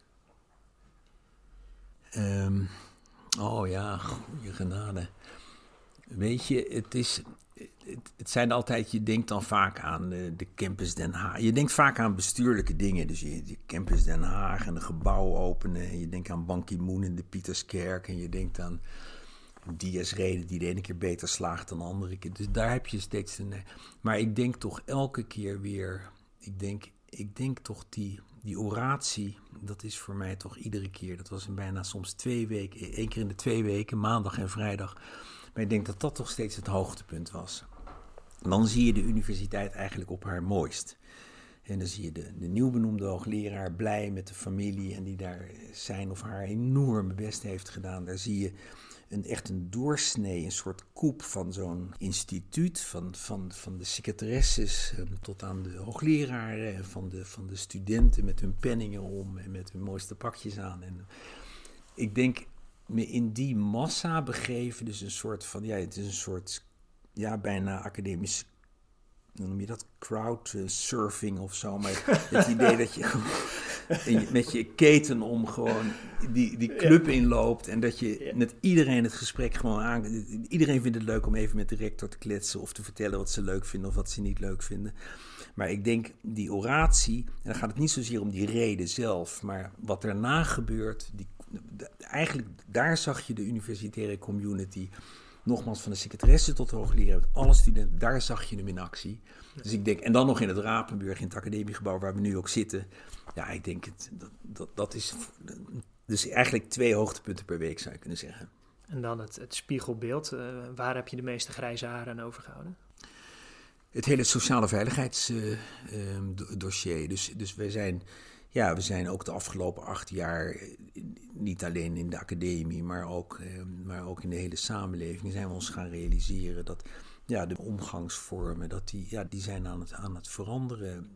Goede genade. Weet je, het zijn altijd, je denkt dan vaak aan de campus Den Haag. Je denkt vaak aan bestuurlijke dingen. Dus de campus Den Haag en een gebouw openen. En je denkt aan Ban Ki-moon in de Pieterskerk. En je denkt aan Dies Reden die de ene keer beter slaagt dan de andere keer. Dus daar heb je steeds maar ik denk toch elke keer weer, ik denk toch die die oratie, dat is voor mij toch iedere keer, dat was in bijna soms 2 weken, 1 keer in de 2 weken, maandag en vrijdag. Maar ik denk dat dat toch steeds het hoogtepunt was. En dan zie je de universiteit eigenlijk op haar mooist. En dan zie je de nieuwbenoemde hoogleraar blij met de familie en die daar zijn of haar enorme best heeft gedaan. Daar zie je echt een doorsnee, een soort koep van zo'n instituut, van de secretaresses tot aan de hoogleraren en van de studenten met hun penningen om en met hun mooiste pakjes aan. En ik denk me in die massa begeven, dus een soort van, het is een soort, bijna academisch, hoe noem je dat, crowdsurfing of zo, maar het idee dat je met je keten om gewoon die club inloopt en dat je met iedereen het gesprek gewoon iedereen vindt het leuk om even met de rector te kletsen of te vertellen wat ze leuk vinden of wat ze niet leuk vinden. Maar ik denk die oratie, en dan gaat het niet zozeer om die reden zelf, maar wat daarna gebeurt, eigenlijk daar zag je de universitaire community, nogmaals van de secretaresse tot de hoogleraar, met alle studenten, daar zag je hem in actie. Dus ik denk, en dan nog in het Rapenburg, in het academiegebouw waar we nu ook zitten. Ja, ik denk dat is dus eigenlijk 2 hoogtepunten per week, zou je kunnen zeggen. En dan het spiegelbeeld. Waar heb je de meeste grijze haren aan overgehouden? Het hele sociale veiligheidsdossier. Dus wij zijn... Ja, we zijn ook de afgelopen 8 jaar, niet alleen in de academie, maar ook in de hele samenleving, zijn we ons gaan realiseren dat de omgangsvormen, die zijn aan het veranderen.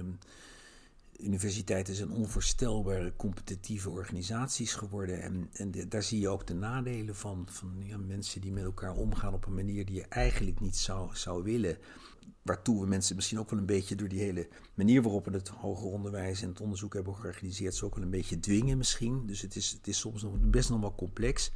Universiteiten zijn onvoorstelbare competitieve organisaties geworden en daar zie je ook de nadelen van mensen die met elkaar omgaan op een manier die je eigenlijk niet zou willen. Waartoe we mensen misschien ook wel een beetje door die hele manier waarop we het hoger onderwijs en het onderzoek hebben georganiseerd, zo ook wel een beetje dwingen misschien. Dus het is soms best nog wel complex.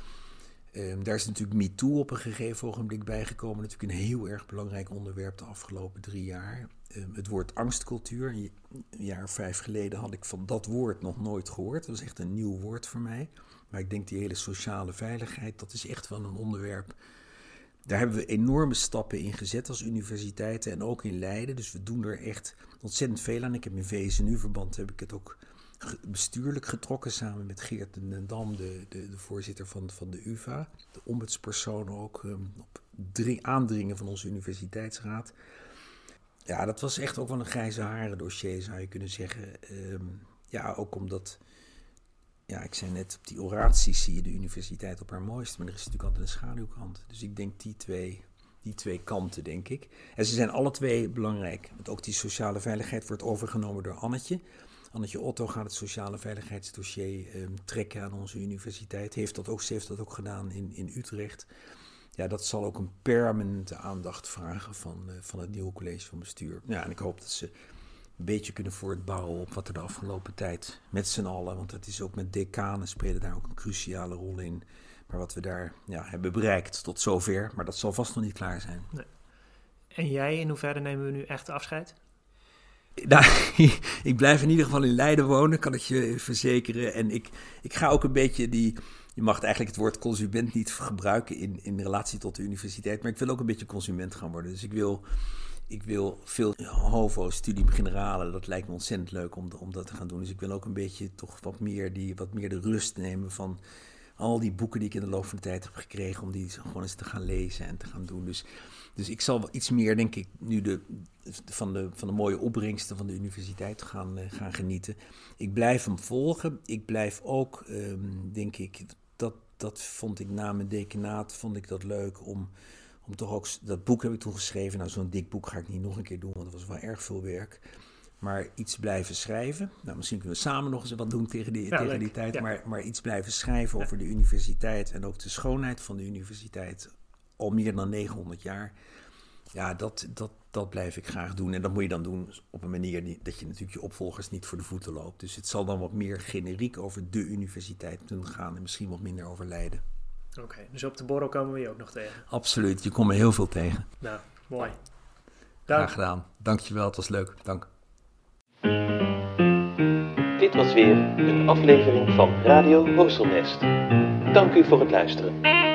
Daar is natuurlijk MeToo op een gegeven ogenblik bijgekomen. Natuurlijk een heel erg belangrijk onderwerp de afgelopen 3 jaar. Het woord angstcultuur. Een jaar of 5 geleden had ik van dat woord nog nooit gehoord. Dat was echt een nieuw woord voor mij. Maar ik denk die hele sociale veiligheid, dat is echt wel een onderwerp. Daar hebben we enorme stappen in gezet als universiteiten en ook in Leiden. Dus we doen er echt ontzettend veel aan. Ik heb in VSNU-verband heb ik het ook bestuurlijk getrokken samen met Geert den Dam, de voorzitter van de UvA. De ombudspersoon ook op aandringen van onze universiteitsraad. Ja, dat was echt ook wel een grijze haren dossier, zou je kunnen zeggen. Ook omdat... Ja, ik zei net, op die oraties zie je de universiteit op haar mooist, maar er is natuurlijk altijd een schaduwkant. Dus ik denk die twee kanten, denk ik. En ze zijn alle 2 belangrijk. Want ook die sociale veiligheid wordt overgenomen door Annetje. Annetje Otto gaat het sociale veiligheidsdossier trekken aan onze universiteit. Ze heeft dat ook gedaan in Utrecht. Ja, dat zal ook een permanente aandacht vragen van het nieuwe college van bestuur. Ja, en ik hoop dat ze een beetje kunnen voortbouwen op wat er de afgelopen tijd met z'n allen, want het is ook met decanen spelen daar ook een cruciale rol in. Maar wat we daar hebben bereikt tot zover, maar dat zal vast nog niet klaar zijn. Nee. En jij, in hoeverre nemen we nu echt afscheid? Nou, ik blijf in ieder geval in Leiden wonen, kan ik je verzekeren. En ik ga ook een beetje je mag eigenlijk het woord consument niet gebruiken in relatie tot de universiteit, maar ik wil ook een beetje consument gaan worden. Dus ik wil veel HOVO, studie generale, dat lijkt me ontzettend leuk om dat te gaan doen. Dus ik wil ook een beetje toch wat meer de rust nemen van al die boeken die ik in de loop van de tijd heb gekregen, om die gewoon eens te gaan lezen en te gaan doen. Dus ik zal wel iets meer, denk ik, nu van de mooie opbrengsten van de universiteit gaan genieten. Ik blijf hem volgen. Ik blijf ook, denk ik, dat vond ik na mijn dekenaat, vond ik dat leuk om toch ook, dat boek heb ik toen geschreven. Nou, zo'n dik boek ga ik niet nog een keer doen, want dat was wel erg veel werk. Maar iets blijven schrijven. Nou, misschien kunnen we samen nog eens wat doen tegen die tijd. Ja. Maar iets blijven schrijven over de universiteit en ook de schoonheid van de universiteit. Al meer dan 900 jaar. Ja, dat blijf ik graag doen. En dat moet je dan doen op een manier dat je natuurlijk je opvolgers niet voor de voeten loopt. Dus het zal dan wat meer generiek over de universiteit moeten gaan en misschien wat minder over Leiden. Oké, dus op de borrel komen we je ook nog tegen? Absoluut, je komt me heel veel tegen. Nou, mooi. Dank. Graag gedaan. Dankjewel, het was leuk. Dank. Dit was weer een aflevering van Radio Horselnest. Dank u voor het luisteren.